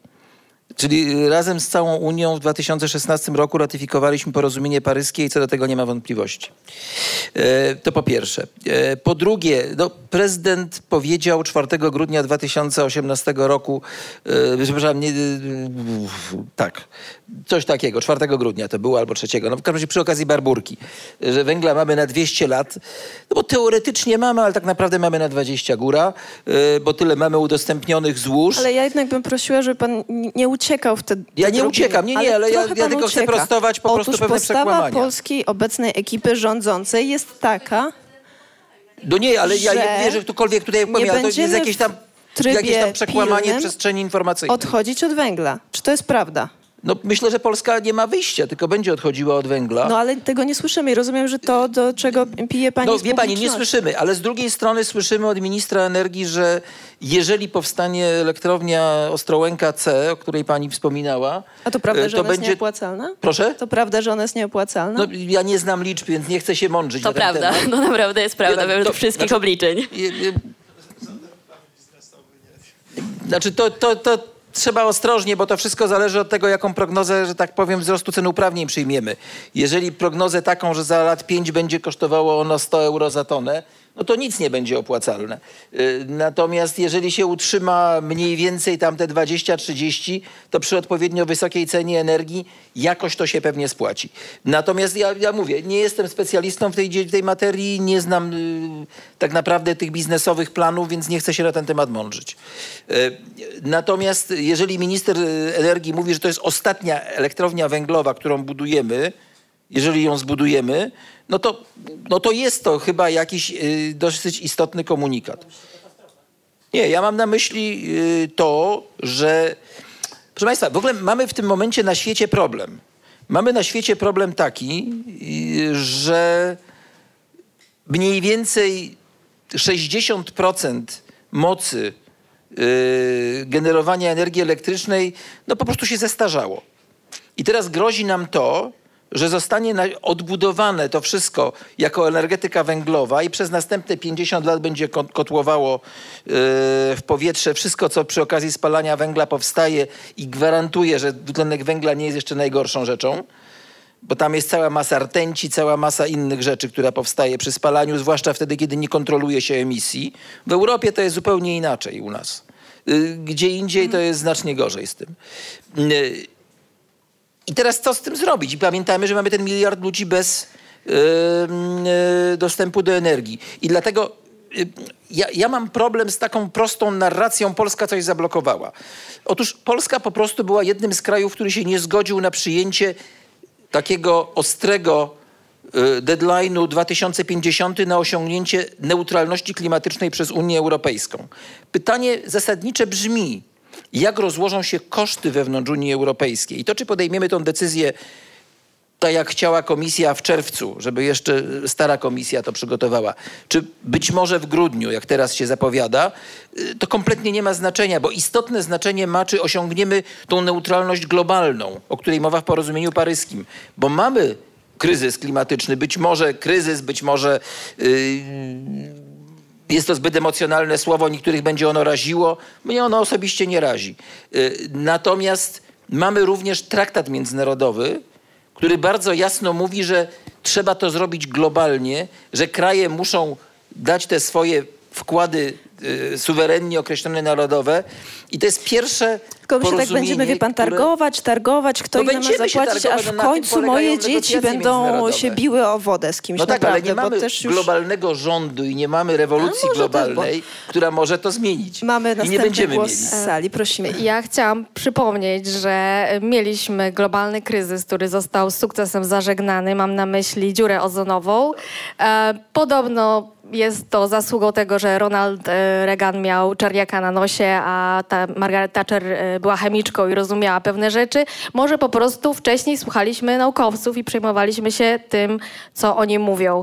Czyli razem z całą Unią w dwa tysiące szesnastym roku ratyfikowaliśmy porozumienie paryskie i co do tego nie ma wątpliwości. E, to po pierwsze. E, po drugie, no, prezydent powiedział czwartego grudnia dwa tysiące osiemnastego roku, e, przepraszam, nie, e, tak, coś takiego, czwartego grudnia to było albo trzeciego, no w każdym razie przy okazji Barburki, że węgla mamy na dwieście lat, no bo teoretycznie mamy, ale tak naprawdę mamy na dwadzieścia góra, e, bo tyle mamy udostępnionych złóż. Ale ja jednak bym prosiła, żeby pan n- nie uciekał w te Ja te nie drobiny. uciekam, nie, nie, ale ja- trochę ja pan tylko chcę ucieka. prostować po prostu Otóż pewne postawa przekłamania. polskiej obecnej ekipy rządzącej jest taka, No nie, ale ja że nie mówię, że ktokolwiek tutaj nie powiem, ale to jest będziemy jakieś tam, w trybie jakieś tam przekłamanie pilnym przestrzeni informacyjnej. odchodzić od węgla. Czy to jest prawda? No myślę, że Polska nie ma wyjścia, tylko będzie odchodziła od węgla. No ale tego nie słyszymy i rozumiem, że to, do czego pije pani No z wie pani, nie publiczności. słyszymy, ale z drugiej strony słyszymy od ministra energii, że jeżeli powstanie elektrownia Ostrołęka C, o której pani wspominała, A to prawda, e, że to ona jest będzie... nieopłacalna? Proszę? To prawda, że ona jest nieopłacalna? No, ja nie znam liczb, więc nie chcę się mądrzyć To na ten prawda, temat. no naprawdę jest prawda, Wie pani, według to- wszystkich znaczy- obliczeń. Je- je- Znaczy to, to, to, trzeba ostrożnie, bo to wszystko zależy od tego, jaką prognozę, że tak powiem, wzrostu cen uprawnień przyjmiemy. Jeżeli prognozę taką, że za lat pięć będzie kosztowało ono sto euro za tonę, no to nic nie będzie opłacalne. Natomiast jeżeli się utrzyma mniej więcej tam te dwadzieścia trzydzieści, to przy odpowiednio wysokiej cenie energii jakoś to się pewnie spłaci. Natomiast ja, ja mówię, nie jestem specjalistą w tej, w tej materii, nie znam y, tak naprawdę tych biznesowych planów, więc nie chcę się na ten temat mądrzyć. Y, natomiast jeżeli minister energii mówi, że to jest ostatnia elektrownia węglowa, którą budujemy, jeżeli ją zbudujemy, no to, no to jest to chyba jakiś y, dosyć istotny komunikat. Nie, ja mam na myśli y, to, że... Proszę Państwa, w ogóle mamy w tym momencie na świecie problem. Mamy na świecie problem taki, y, że mniej więcej sześćdziesiąt procent mocy y, generowania energii elektrycznej no po prostu się zestarzało. I teraz grozi nam to, że zostanie odbudowane to wszystko jako energetyka węglowa i przez następne pięćdziesiąt lat będzie kotłowało w powietrze wszystko, co przy okazji spalania węgla powstaje i gwarantuje, że dwutlenek węgla nie jest jeszcze najgorszą rzeczą, bo tam jest cała masa rtęci, cała masa innych rzeczy, która powstaje przy spalaniu, zwłaszcza wtedy, kiedy nie kontroluje się emisji. W Europie to jest zupełnie inaczej u nas. Gdzie indziej to jest znacznie gorzej z tym. I teraz co z tym zrobić? I pamiętajmy, że mamy ten miliard ludzi bez yy, yy, dostępu do energii. I dlatego yy, ja, ja mam problem z taką prostą narracją Polska coś zablokowała. Otóż Polska po prostu była jednym z krajów, który się nie zgodził na przyjęcie takiego ostrego yy, deadline'u dwa tysiące pięćdziesiąty na osiągnięcie neutralności klimatycznej przez Unię Europejską. Pytanie zasadnicze brzmi, jak rozłożą się koszty wewnątrz Unii Europejskiej. I to, czy podejmiemy tę decyzję tak, jak chciała komisja w czerwcu, żeby jeszcze stara komisja to przygotowała, czy być może w grudniu, jak teraz się zapowiada, to kompletnie nie ma znaczenia, bo istotne znaczenie ma, czy osiągniemy tą neutralność globalną, o której mowa w porozumieniu paryskim. Bo mamy kryzys klimatyczny, być może kryzys, być może... Yy, jest to zbyt emocjonalne słowo, niektórych będzie ono raziło. Mnie ono osobiście nie razi. Natomiast mamy również traktat międzynarodowy, który bardzo jasno mówi, że trzeba to zrobić globalnie, że kraje muszą dać te swoje wkłady y, suwerennie określone narodowe. I to jest pierwsze Tylko my się tak będziemy, wie pan, targować, które... targować, kto no ile ma zapłacić, aż w końcu moje dzieci będą się biły o wodę z kimś. No tak, naprawdę, ale nie mamy też już... globalnego rządu i nie mamy rewolucji globalnej, bo... która może to zmienić. Mamy I nie będziemy głos mieli. z sali, prosimy. Ja chciałam przypomnieć, że mieliśmy globalny kryzys, który został z sukcesem zażegnany. Mam na myśli dziurę ozonową. E, podobno jest to zasługą tego, że Ronald Reagan miał czerniaka na nosie, a ta Margaret Thatcher była chemiczką i rozumiała pewne rzeczy. Może po prostu wcześniej słuchaliśmy naukowców i przejmowaliśmy się tym, co oni mówią.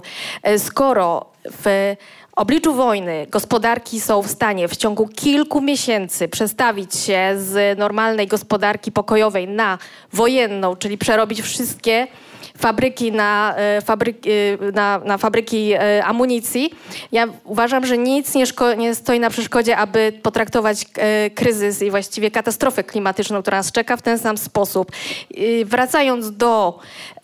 Skoro w obliczu wojny gospodarki są w stanie w ciągu kilku miesięcy przestawić się z normalnej gospodarki pokojowej na wojenną, czyli przerobić wszystkie fabryki na, fabryki, na, na fabryki amunicji. Ja uważam, że nic nie, szko- nie stoi na przeszkodzie, aby potraktować kryzys i właściwie katastrofę klimatyczną, która nas czeka, w ten sam sposób. Wracając do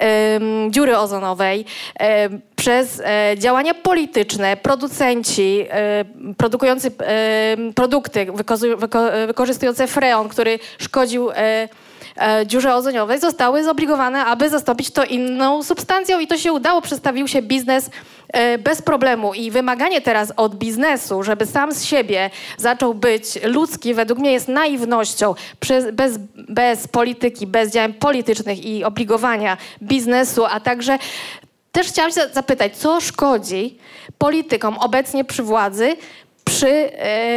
um, dziury ozonowej, um, przez um, działania polityczne producenci um, produkujący um, produkty, wyko- wyko- wykorzystujące freon, który szkodził um, dziurze ozonowej, zostały zobligowane, aby zastąpić to inną substancją i to się udało. Przedstawił się biznes bez problemu i wymaganie teraz od biznesu, żeby sam z siebie zaczął być ludzki, według mnie jest naiwnością. Bez, bez polityki, bez działań politycznych i obligowania biznesu, a także też chciałam się zapytać, co szkodzi politykom obecnie przy władzy przy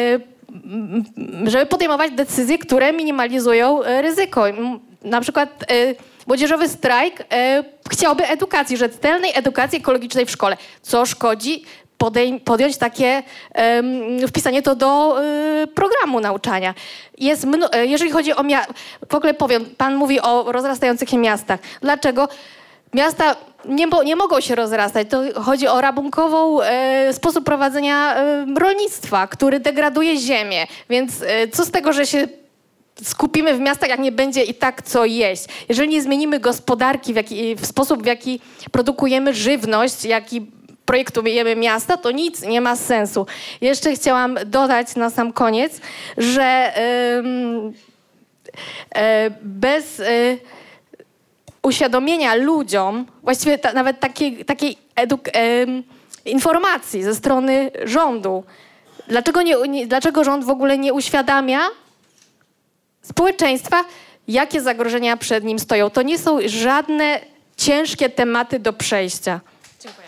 żeby podejmować decyzje, które minimalizują ryzyko. Na przykład y, młodzieżowy strajk y, chciałby edukacji, rzetelnej edukacji ekologicznej w szkole. Co szkodzi podej- podjąć takie, y, wpisanie to do y, programu nauczania. Jest mno- y, jeżeli chodzi o mia- w ogóle powiem, pan mówi o rozrastających się miastach. Dlaczego? Miasta nie, bo, nie mogą się rozrastać. To chodzi o rabunkową e, sposób prowadzenia e, rolnictwa, który degraduje ziemię. Więc e, co z tego, że się skupimy w miastach, jak nie będzie i tak co jeść. Jeżeli nie zmienimy gospodarki w, jaki, w sposób, w jaki produkujemy żywność, jaki projektujemy miasta, to nic nie ma sensu. Jeszcze chciałam dodać na sam koniec, że ym, y, bez y, uświadomienia ludziom, właściwie ta, nawet takiej, takiej eduk- ym, informacji ze strony rządu, dlaczego, nie, nie, dlaczego rząd w ogóle nie uświadamia społeczeństwa, jakie zagrożenia przed nim stoją. To nie są żadne ciężkie tematy do przejścia. Dziękuję.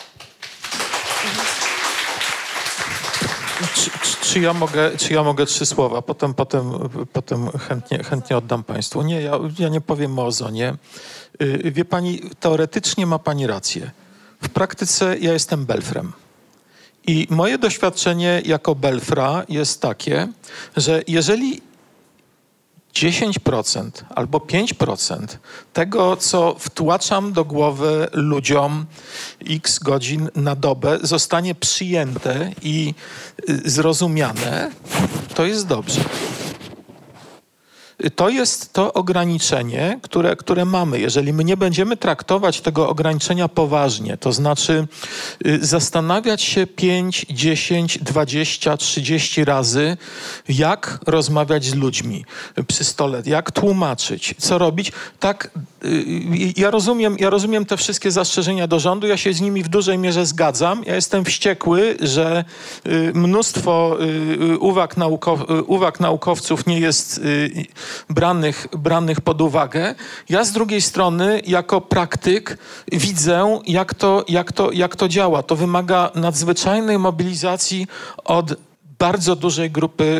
Czy, czy, czy, ja mogę, czy ja mogę trzy słowa? Potem, potem, potem chętnie, chętnie oddam państwu. Nie, ja, ja nie powiem o ozonie. Wie pani, teoretycznie ma pani rację. W praktyce ja jestem belfrem. I moje doświadczenie jako belfra jest takie, że jeżeli dziesięć procent albo pięć procent tego, co wtłaczam do głowy ludziom x godzin na dobę, zostanie przyjęte i zrozumiane, to jest dobrze. To jest to ograniczenie, które, które mamy. Jeżeli my nie będziemy traktować tego ograniczenia poważnie, to znaczy y, zastanawiać się pięć, dziesięć, dwadzieścia, trzydzieści razy, jak rozmawiać z ludźmi przy stole, jak tłumaczyć, co robić, tak y, ja rozumiem, ja rozumiem te wszystkie zastrzeżenia do rządu, ja się z nimi w dużej mierze zgadzam. Ja jestem wściekły, że y, mnóstwo y, uwag, naukow- uwag naukowców nie jest y, Branych, branych pod uwagę. Ja z drugiej strony jako praktyk widzę, jak to, jak to, jak to działa. To wymaga nadzwyczajnej mobilizacji od bardzo dużej grupy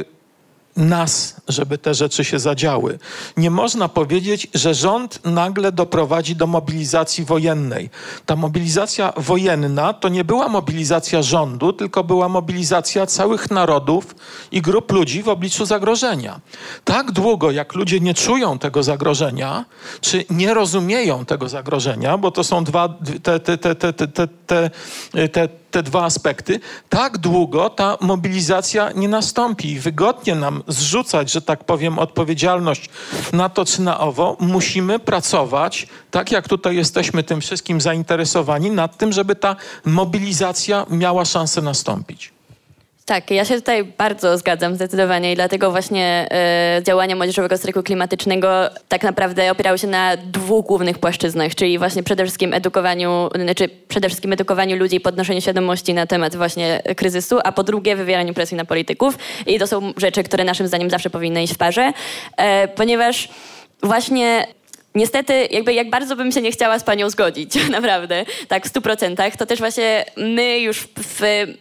nas, żeby te rzeczy się zadziały. Nie można powiedzieć, że rząd nagle doprowadzi do mobilizacji wojennej. Ta mobilizacja wojenna to nie była mobilizacja rządu, tylko była mobilizacja całych narodów i grup ludzi w obliczu zagrożenia. Tak długo, jak ludzie nie czują tego zagrożenia, czy nie rozumieją tego zagrożenia, bo to są dwa, te, te, te, te, te, te, te, te te dwa aspekty, tak długo ta mobilizacja nie nastąpi. I wygodnie nam zrzucać, że tak powiem, odpowiedzialność na to czy na owo. Musimy pracować, tak jak tutaj jesteśmy tym wszystkim zainteresowani, nad tym, żeby ta mobilizacja miała szansę nastąpić. Tak, ja się tutaj bardzo zgadzam zdecydowanie i dlatego właśnie y, działania Młodzieżowego Strajku Klimatycznego tak naprawdę opierały się na dwóch głównych płaszczyznach, czyli właśnie przede wszystkim edukowaniu, znaczy przede wszystkim edukowaniu ludzi i podnoszeniu świadomości na temat właśnie kryzysu, a po drugie wywieraniu presji na polityków. I to są rzeczy, które naszym zdaniem zawsze powinny iść w parze, y, ponieważ właśnie niestety, jakby jak bardzo bym się nie chciała z panią zgodzić, naprawdę, tak w stu procentach, to też właśnie my już, w,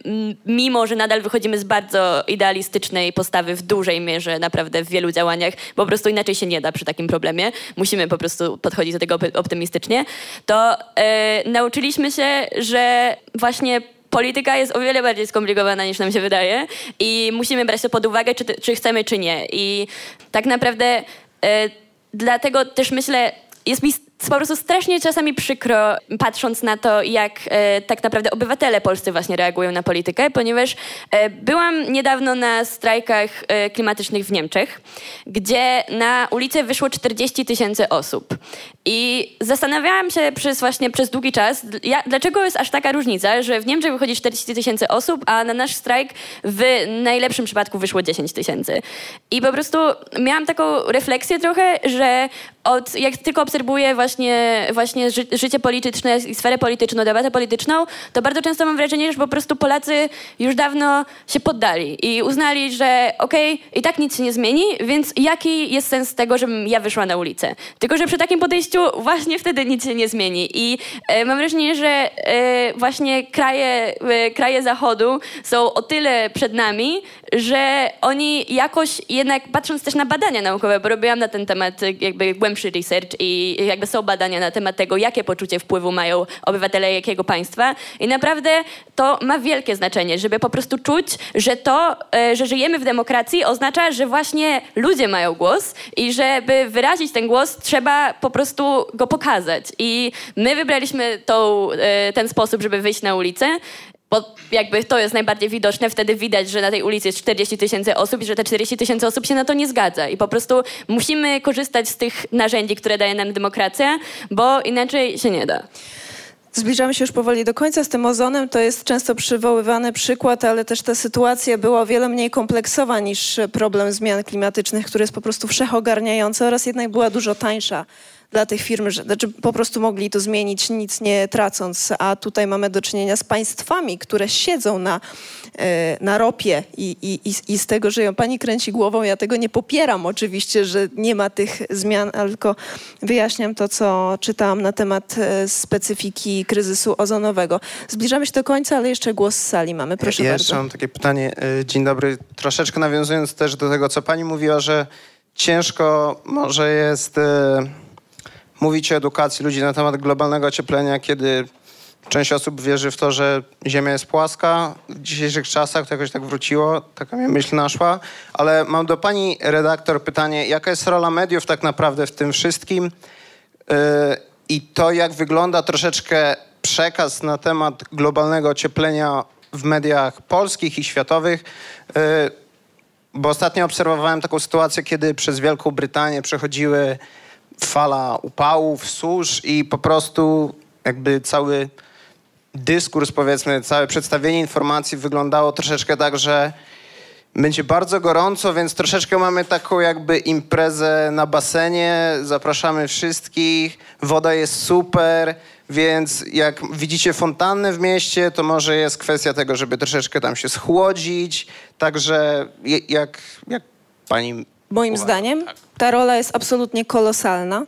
mimo że nadal wychodzimy z bardzo idealistycznej postawy w dużej mierze, naprawdę w wielu działaniach, bo po prostu inaczej się nie da przy takim problemie, musimy po prostu podchodzić do tego optymistycznie, to yy, nauczyliśmy się, że właśnie polityka jest o wiele bardziej skomplikowana niż nam się wydaje i musimy brać to pod uwagę, czy, czy chcemy, czy nie. I tak naprawdę yy, dlatego też myślę, jest mi po prostu strasznie czasami przykro, patrząc na to, jak e, tak naprawdę obywatele polscy właśnie reagują na politykę, ponieważ e, byłam niedawno na strajkach e, klimatycznych w Niemczech, gdzie na ulicę wyszło czterdzieści tysięcy osób. I zastanawiałam się przez właśnie przez długi czas, ja, dlaczego jest aż taka różnica, że w Niemczech wychodzi czterdzieści tysięcy osób, a na nasz strajk w najlepszym przypadku wyszło dziesięć tysięcy. I po prostu miałam taką refleksję trochę, że od, jak tylko obserwuję właśnie, właśnie ży, życie polityczne i sferę polityczną, debatę polityczną, to bardzo często mam wrażenie, że po prostu Polacy już dawno się poddali i uznali, że okej, okay, i tak nic się nie zmieni, więc jaki jest sens tego, żebym ja wyszła na ulicę? Tylko że przy takim podejściu właśnie wtedy nic się nie zmieni. I e, mam wrażenie, że e, właśnie kraje, e, kraje Zachodu są o tyle przed nami, że oni jakoś jednak, patrząc też na badania naukowe, bo robiłam na ten temat jakby głębszy research i jakby są badania na temat tego, jakie poczucie wpływu mają obywatele jakiego państwa i naprawdę to ma wielkie znaczenie, żeby po prostu czuć, że to, że żyjemy w demokracji oznacza, że właśnie ludzie mają głos i żeby wyrazić ten głos trzeba po prostu go pokazać i my wybraliśmy tą, ten sposób, żeby wyjść na ulicę. Bo jakby to jest najbardziej widoczne, wtedy widać, że na tej ulicy jest czterdzieści tysięcy osób i że te czterdzieści tysięcy osób się na to nie zgadza. I po prostu musimy korzystać z tych narzędzi, które daje nam demokracja, bo inaczej się nie da. Zbliżamy się już powoli do końca. Z tym ozonem to jest często przywoływany przykład, ale też ta sytuacja była o wiele mniej kompleksowa niż problem zmian klimatycznych, który jest po prostu wszechogarniający oraz jednak była dużo tańsza dla tych firm, że znaczy po prostu mogli to zmienić nic nie tracąc, a tutaj mamy do czynienia z państwami, które siedzą na, na ropie i, i, i z tego żyją. Pani kręci głową, ja tego nie popieram oczywiście, że nie ma tych zmian, ale tylko wyjaśniam to, co czytałam na temat specyfiki kryzysu ozonowego. Zbliżamy się do końca, ale jeszcze głos z sali mamy, proszę ja bardzo. Jeszcze mam takie pytanie. Dzień dobry. Troszeczkę nawiązując też do tego, co pani mówiła, że ciężko może jest mówić o edukacji ludzi na temat globalnego ocieplenia, kiedy część osób wierzy w to, że Ziemia jest płaska. W dzisiejszych czasach to jakoś tak wróciło, taka mi myśl naszła. Ale mam do pani redaktor pytanie, jaka jest rola mediów tak naprawdę w tym wszystkim yy, i to, jak wygląda troszeczkę przekaz na temat globalnego ocieplenia w mediach polskich i światowych. Yy, bo ostatnio obserwowałem taką sytuację, kiedy przez Wielką Brytanię przechodziły fala upałów, susz i po prostu jakby cały dyskurs, powiedzmy, całe przedstawienie informacji wyglądało troszeczkę tak, że będzie bardzo gorąco, więc troszeczkę mamy taką jakby imprezę na basenie, zapraszamy wszystkich, woda jest super, więc jak widzicie fontannę w mieście, to może jest kwestia tego, żeby troszeczkę tam się schłodzić, także jak, jak pani... Moim uważa? zdaniem Tak. ta rola jest absolutnie kolosalna.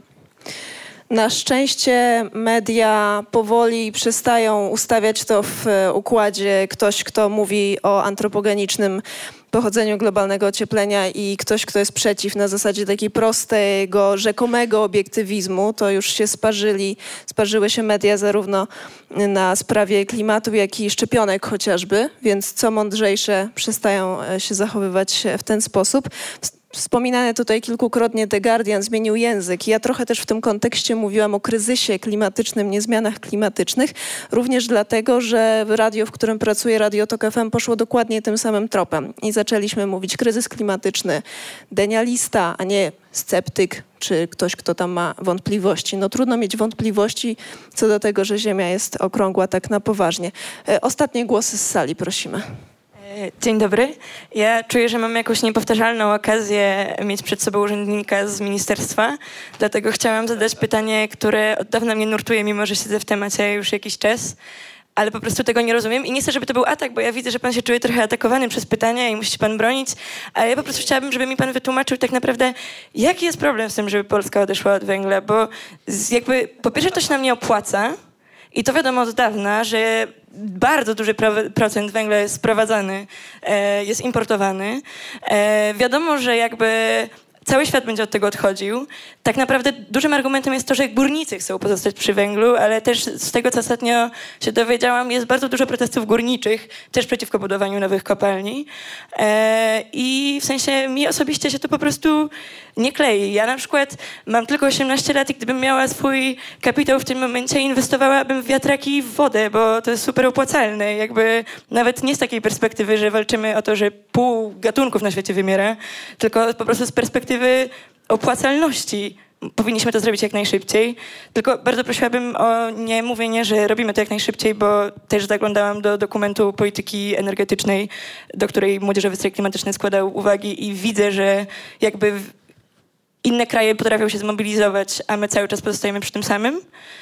Na szczęście media powoli przestają ustawiać to w układzie ktoś, kto mówi o antropogenicznym pochodzeniu globalnego ocieplenia i ktoś, kto jest przeciw na zasadzie takiej prostego, rzekomego obiektywizmu. To już się sparzyli, sparzyły się media zarówno na sprawie klimatu, jak i szczepionek chociażby, więc co mądrzejsze przestają się zachowywać w ten sposób. Wspominane tutaj kilkukrotnie The Guardian zmienił język. Ja trochę też w tym kontekście mówiłam o kryzysie klimatycznym, nie zmianach klimatycznych, również dlatego, że radio, w którym pracuję, Radio Tok F M, poszło dokładnie tym samym tropem. I zaczęliśmy mówić kryzys klimatyczny, denialista, a nie sceptyk, czy ktoś, kto tam ma wątpliwości. No trudno mieć wątpliwości co do tego, że Ziemia jest okrągła tak na poważnie. Ostatnie głosy z sali, prosimy. Dzień dobry. Ja czuję, że mam jakąś niepowtarzalną okazję mieć przed sobą urzędnika z ministerstwa, dlatego chciałam zadać pytanie, które od dawna mnie nurtuje, mimo że siedzę w temacie już jakiś czas, ale po prostu tego nie rozumiem i nie chcę, żeby to był atak, bo ja widzę, że pan się czuje trochę atakowany przez pytania i musi się pan bronić, ale ja po prostu chciałabym, żeby mi pan wytłumaczył tak naprawdę, jaki jest problem z tym, żeby Polska odeszła od węgla, bo jakby po pierwsze to się nam nie opłaca, i to wiadomo od dawna, że bardzo duży procent węgla jest sprowadzany, e, jest importowany. E, wiadomo, że jakby cały świat będzie od tego odchodził. Tak naprawdę dużym argumentem jest to, że górnicy chcą pozostać przy węglu, ale też z tego, co ostatnio się dowiedziałam, jest bardzo dużo protestów górniczych, też przeciwko budowaniu nowych kopalni. E, I w sensie mi osobiście się to po prostu nie klei. Ja na przykład mam tylko osiemnaście lat i gdybym miała swój kapitał w tym momencie, inwestowałabym w wiatraki i w wodę, bo to jest super opłacalne. Jakby nawet nie z takiej perspektywy, że walczymy o to, że pół gatunków na świecie wymiera, tylko po prostu z perspektywy opłacalności. Powinniśmy to zrobić jak najszybciej. Tylko bardzo prosiłabym o nie mówienie, że robimy to jak najszybciej, bo też zaglądałam do dokumentu polityki energetycznej, do której Młodzieżowy Strajk Klimatyczny składał uwagi i widzę, że jakby inne kraje potrafią się zmobilizować, a my cały czas pozostajemy przy tym samym.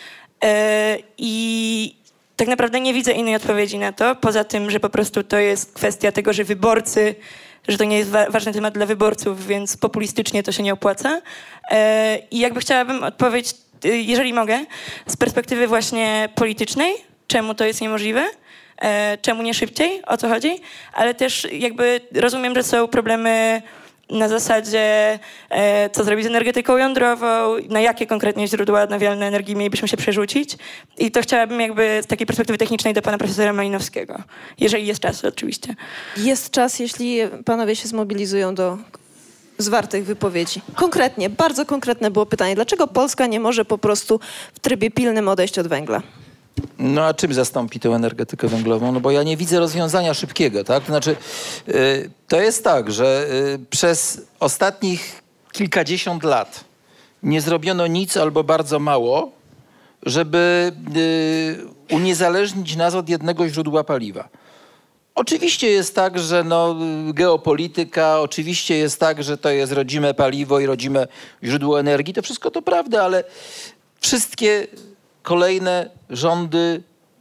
I tak naprawdę nie widzę innej odpowiedzi na to, poza tym, że po prostu to jest kwestia tego, że wyborcy, że to nie jest wa- ważny temat dla wyborców, więc populistycznie to się nie opłaca. I jakby chciałabym odpowiedzieć, jeżeli mogę, z perspektywy właśnie politycznej, czemu to jest niemożliwe, czemu nie szybciej, o co chodzi, ale też jakby rozumiem, że są problemy na zasadzie, e, co zrobić z energetyką jądrową, na jakie konkretnie źródła odnawialnej energii mielibyśmy się przerzucić. I to chciałabym jakby z takiej perspektywy technicznej do pana profesora Malinowskiego. Jeżeli jest czas, oczywiście. Jest czas, jeśli panowie się zmobilizują do zwartych wypowiedzi. Konkretnie, bardzo konkretne było pytanie. Dlaczego Polska nie może po prostu w trybie pilnym odejść od węgla? No a czym zastąpi tę energetykę węglową? No bo ja nie widzę rozwiązania szybkiego, tak? To znaczy, y, to jest tak, że y, przez ostatnich kilkadziesiąt lat nie zrobiono nic albo bardzo mało, żeby y, uniezależnić nas od jednego źródła paliwa. Oczywiście jest tak, że no, geopolityka, oczywiście jest tak, że to jest rodzime paliwo i rodzime źródło energii. To wszystko to prawda, ale wszystkie kolejne rządy,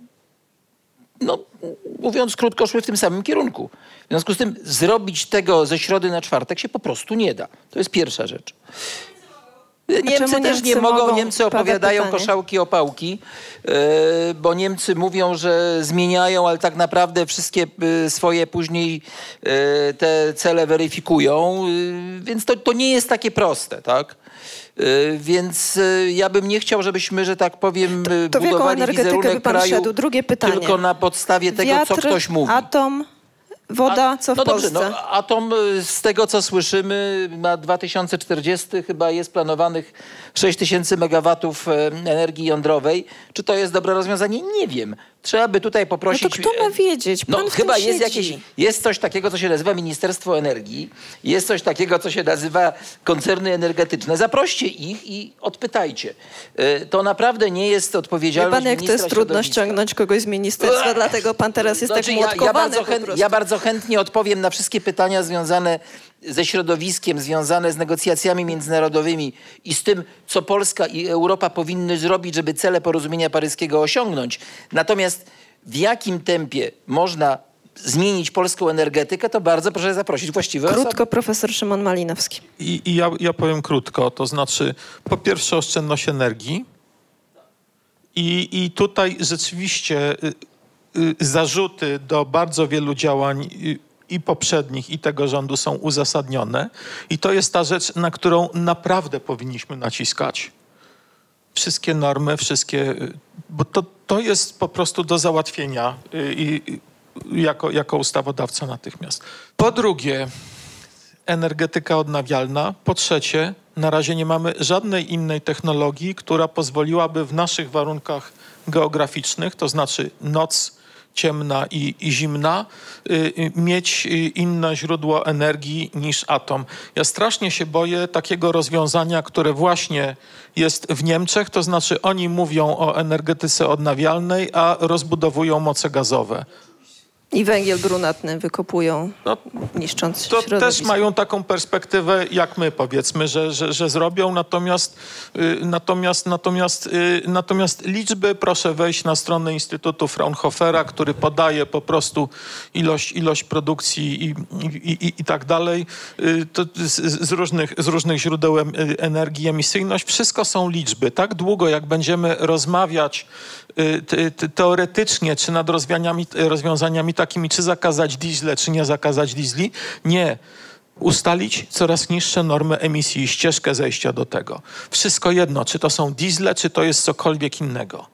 no mówiąc krótko, szły w tym samym kierunku. W związku z tym zrobić tego ze środy na czwartek się po prostu nie da. To jest pierwsza rzecz. Niemcy też Niemcy nie mogą, mogą? Niemcy opowiadają pytanie. koszałki o pałki, yy, bo Niemcy mówią, że zmieniają, ale tak naprawdę wszystkie yy, swoje później yy, te cele weryfikują, yy, więc to, to nie jest takie proste, tak? Yy, więc yy, ja bym nie chciał, żebyśmy, że tak powiem, yy, To w jaką budowali energetykę by wizerunek pan kraju szedł? Drugie pytanie. tylko na podstawie tego, Wiatr, co ktoś mówi. atom, woda, co w no dobrze, Polsce? no atom y, z tego co słyszymy na dwa tysiące czterdziesty chyba jest planowanych sześć tysięcy megawatów y, energii jądrowej. Czy to jest dobre rozwiązanie? Nie wiem. Trzeba by tutaj poprosić... No to kto ma wiedzieć? Pan No w chyba tym jest siedzi. jakieś... Jest coś takiego, co się nazywa Ministerstwo Energii. Jest coś takiego, co się nazywa koncerny energetyczne. Zaproście ich i odpytajcie. Y, to naprawdę nie jest Wie odpowiedzialność pan, jak to ministra jest trudno środowiska. ściągnąć kogoś z ministerstwa, dlatego pan teraz jest Znaczy, tak ja, ja, młotkowany bardzo po chęt, prostu. ja bardzo chętnie odpowiem na wszystkie pytania związane ze środowiskiem, związane z negocjacjami międzynarodowymi i z tym, co Polska i Europa powinny zrobić, żeby cele porozumienia paryskiego osiągnąć. Natomiast w jakim tempie można zmienić polską energetykę, to bardzo proszę zaprosić właściwe Krótko, osoby. profesor Szymon Malinowski. I, i ja, ja powiem krótko, to znaczy po pierwsze oszczędność energii i, i tutaj rzeczywiście y, y, zarzuty do bardzo wielu działań y, i poprzednich, i tego rządu są uzasadnione i to jest ta rzecz, na którą naprawdę powinniśmy naciskać. Wszystkie normy, wszystkie, bo to, to jest po prostu do załatwienia i, i jako, jako ustawodawca natychmiast. Po drugie, energetyka odnawialna. Po trzecie, na razie nie mamy żadnej innej technologii, która pozwoliłaby w naszych warunkach geograficznych, to znaczy noc ciemna i, i zimna, y, mieć inne źródło energii niż atom. Ja strasznie się boję takiego rozwiązania, które właśnie jest w Niemczech, to znaczy oni mówią o energetyce odnawialnej, a rozbudowują moce gazowe. I węgiel brunatny wykopują, No, niszcząc to środowisko. też mają taką perspektywę jak my, powiedzmy, że, że, że zrobią, natomiast, y, natomiast, natomiast, y, natomiast liczby, proszę wejść na stronę Instytutu Fraunhofera, który podaje po prostu ilość, ilość produkcji i, i, i, i tak dalej, y, to z, z, różnych, z różnych źródeł em, energii, emisyjność, wszystko są liczby. Tak długo, jak będziemy rozmawiać y, te, te, teoretycznie, czy nad rozwiązaniami, rozwiązaniami takimi, czy zakazać diesle, czy nie zakazać diesli. Nie. Ustalić coraz niższe normy emisji i ścieżkę zejścia do tego. Wszystko jedno, czy to są diesle, czy to jest cokolwiek innego.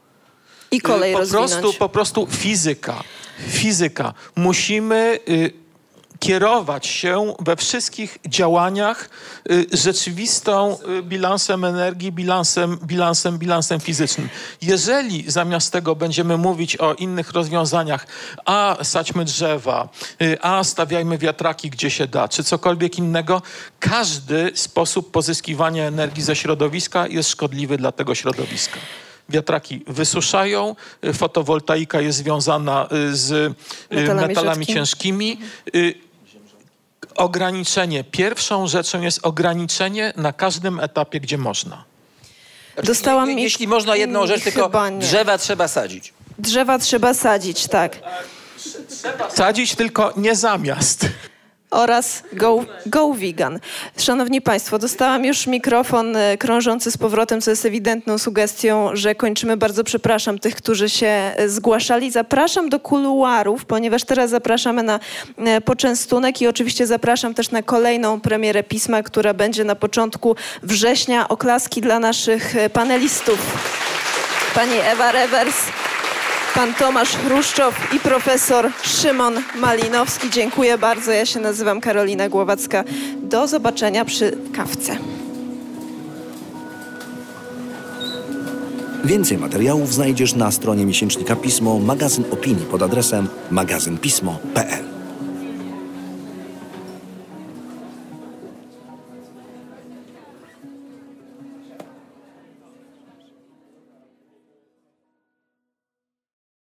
I kolej po rozwinąć. prostu, po prostu fizyka. Fizyka. Musimy y, kierować się we wszystkich działaniach y, rzeczywistą y, bilansem energii, bilansem, bilansem, bilansem fizycznym. Jeżeli zamiast tego będziemy mówić o innych rozwiązaniach, a sadźmy drzewa, y, a stawiajmy wiatraki gdzie się da, czy cokolwiek innego, każdy sposób pozyskiwania energii ze środowiska jest szkodliwy dla tego środowiska. Wiatraki wysuszają, y, fotowoltaika jest związana y, z y, Metalami metalami rzadkimi. ciężkimi. Y, Ograniczenie. Pierwszą rzeczą jest ograniczenie na każdym etapie, gdzie można. Dostałam Je- mi- Jeśli można jedną rzecz, tylko Chyba nie. drzewa trzeba sadzić. Drzewa trzeba sadzić, tak. Sadzić tylko nie zamiast. Oraz go, go vegan. Szanowni Państwo, dostałam już mikrofon e, krążący z powrotem, co jest ewidentną sugestią, że kończymy. Bardzo przepraszam tych, którzy się e, zgłaszali. Zapraszam do kuluarów, ponieważ teraz zapraszamy na e, poczęstunek i oczywiście zapraszam też na kolejną premierę pisma, która będzie na początku września. Oklaski dla naszych e, panelistów. Pani Ewa Rewers, pan Tomasz Chruszczow i profesor Szymon Malinowski. Dziękuję bardzo. Ja się nazywam Karolina Głowacka. Do zobaczenia przy kawce. Więcej materiałów znajdziesz na stronie miesięcznika Pismo, magazyn opinii pod adresem magazyn pismo kropka p l.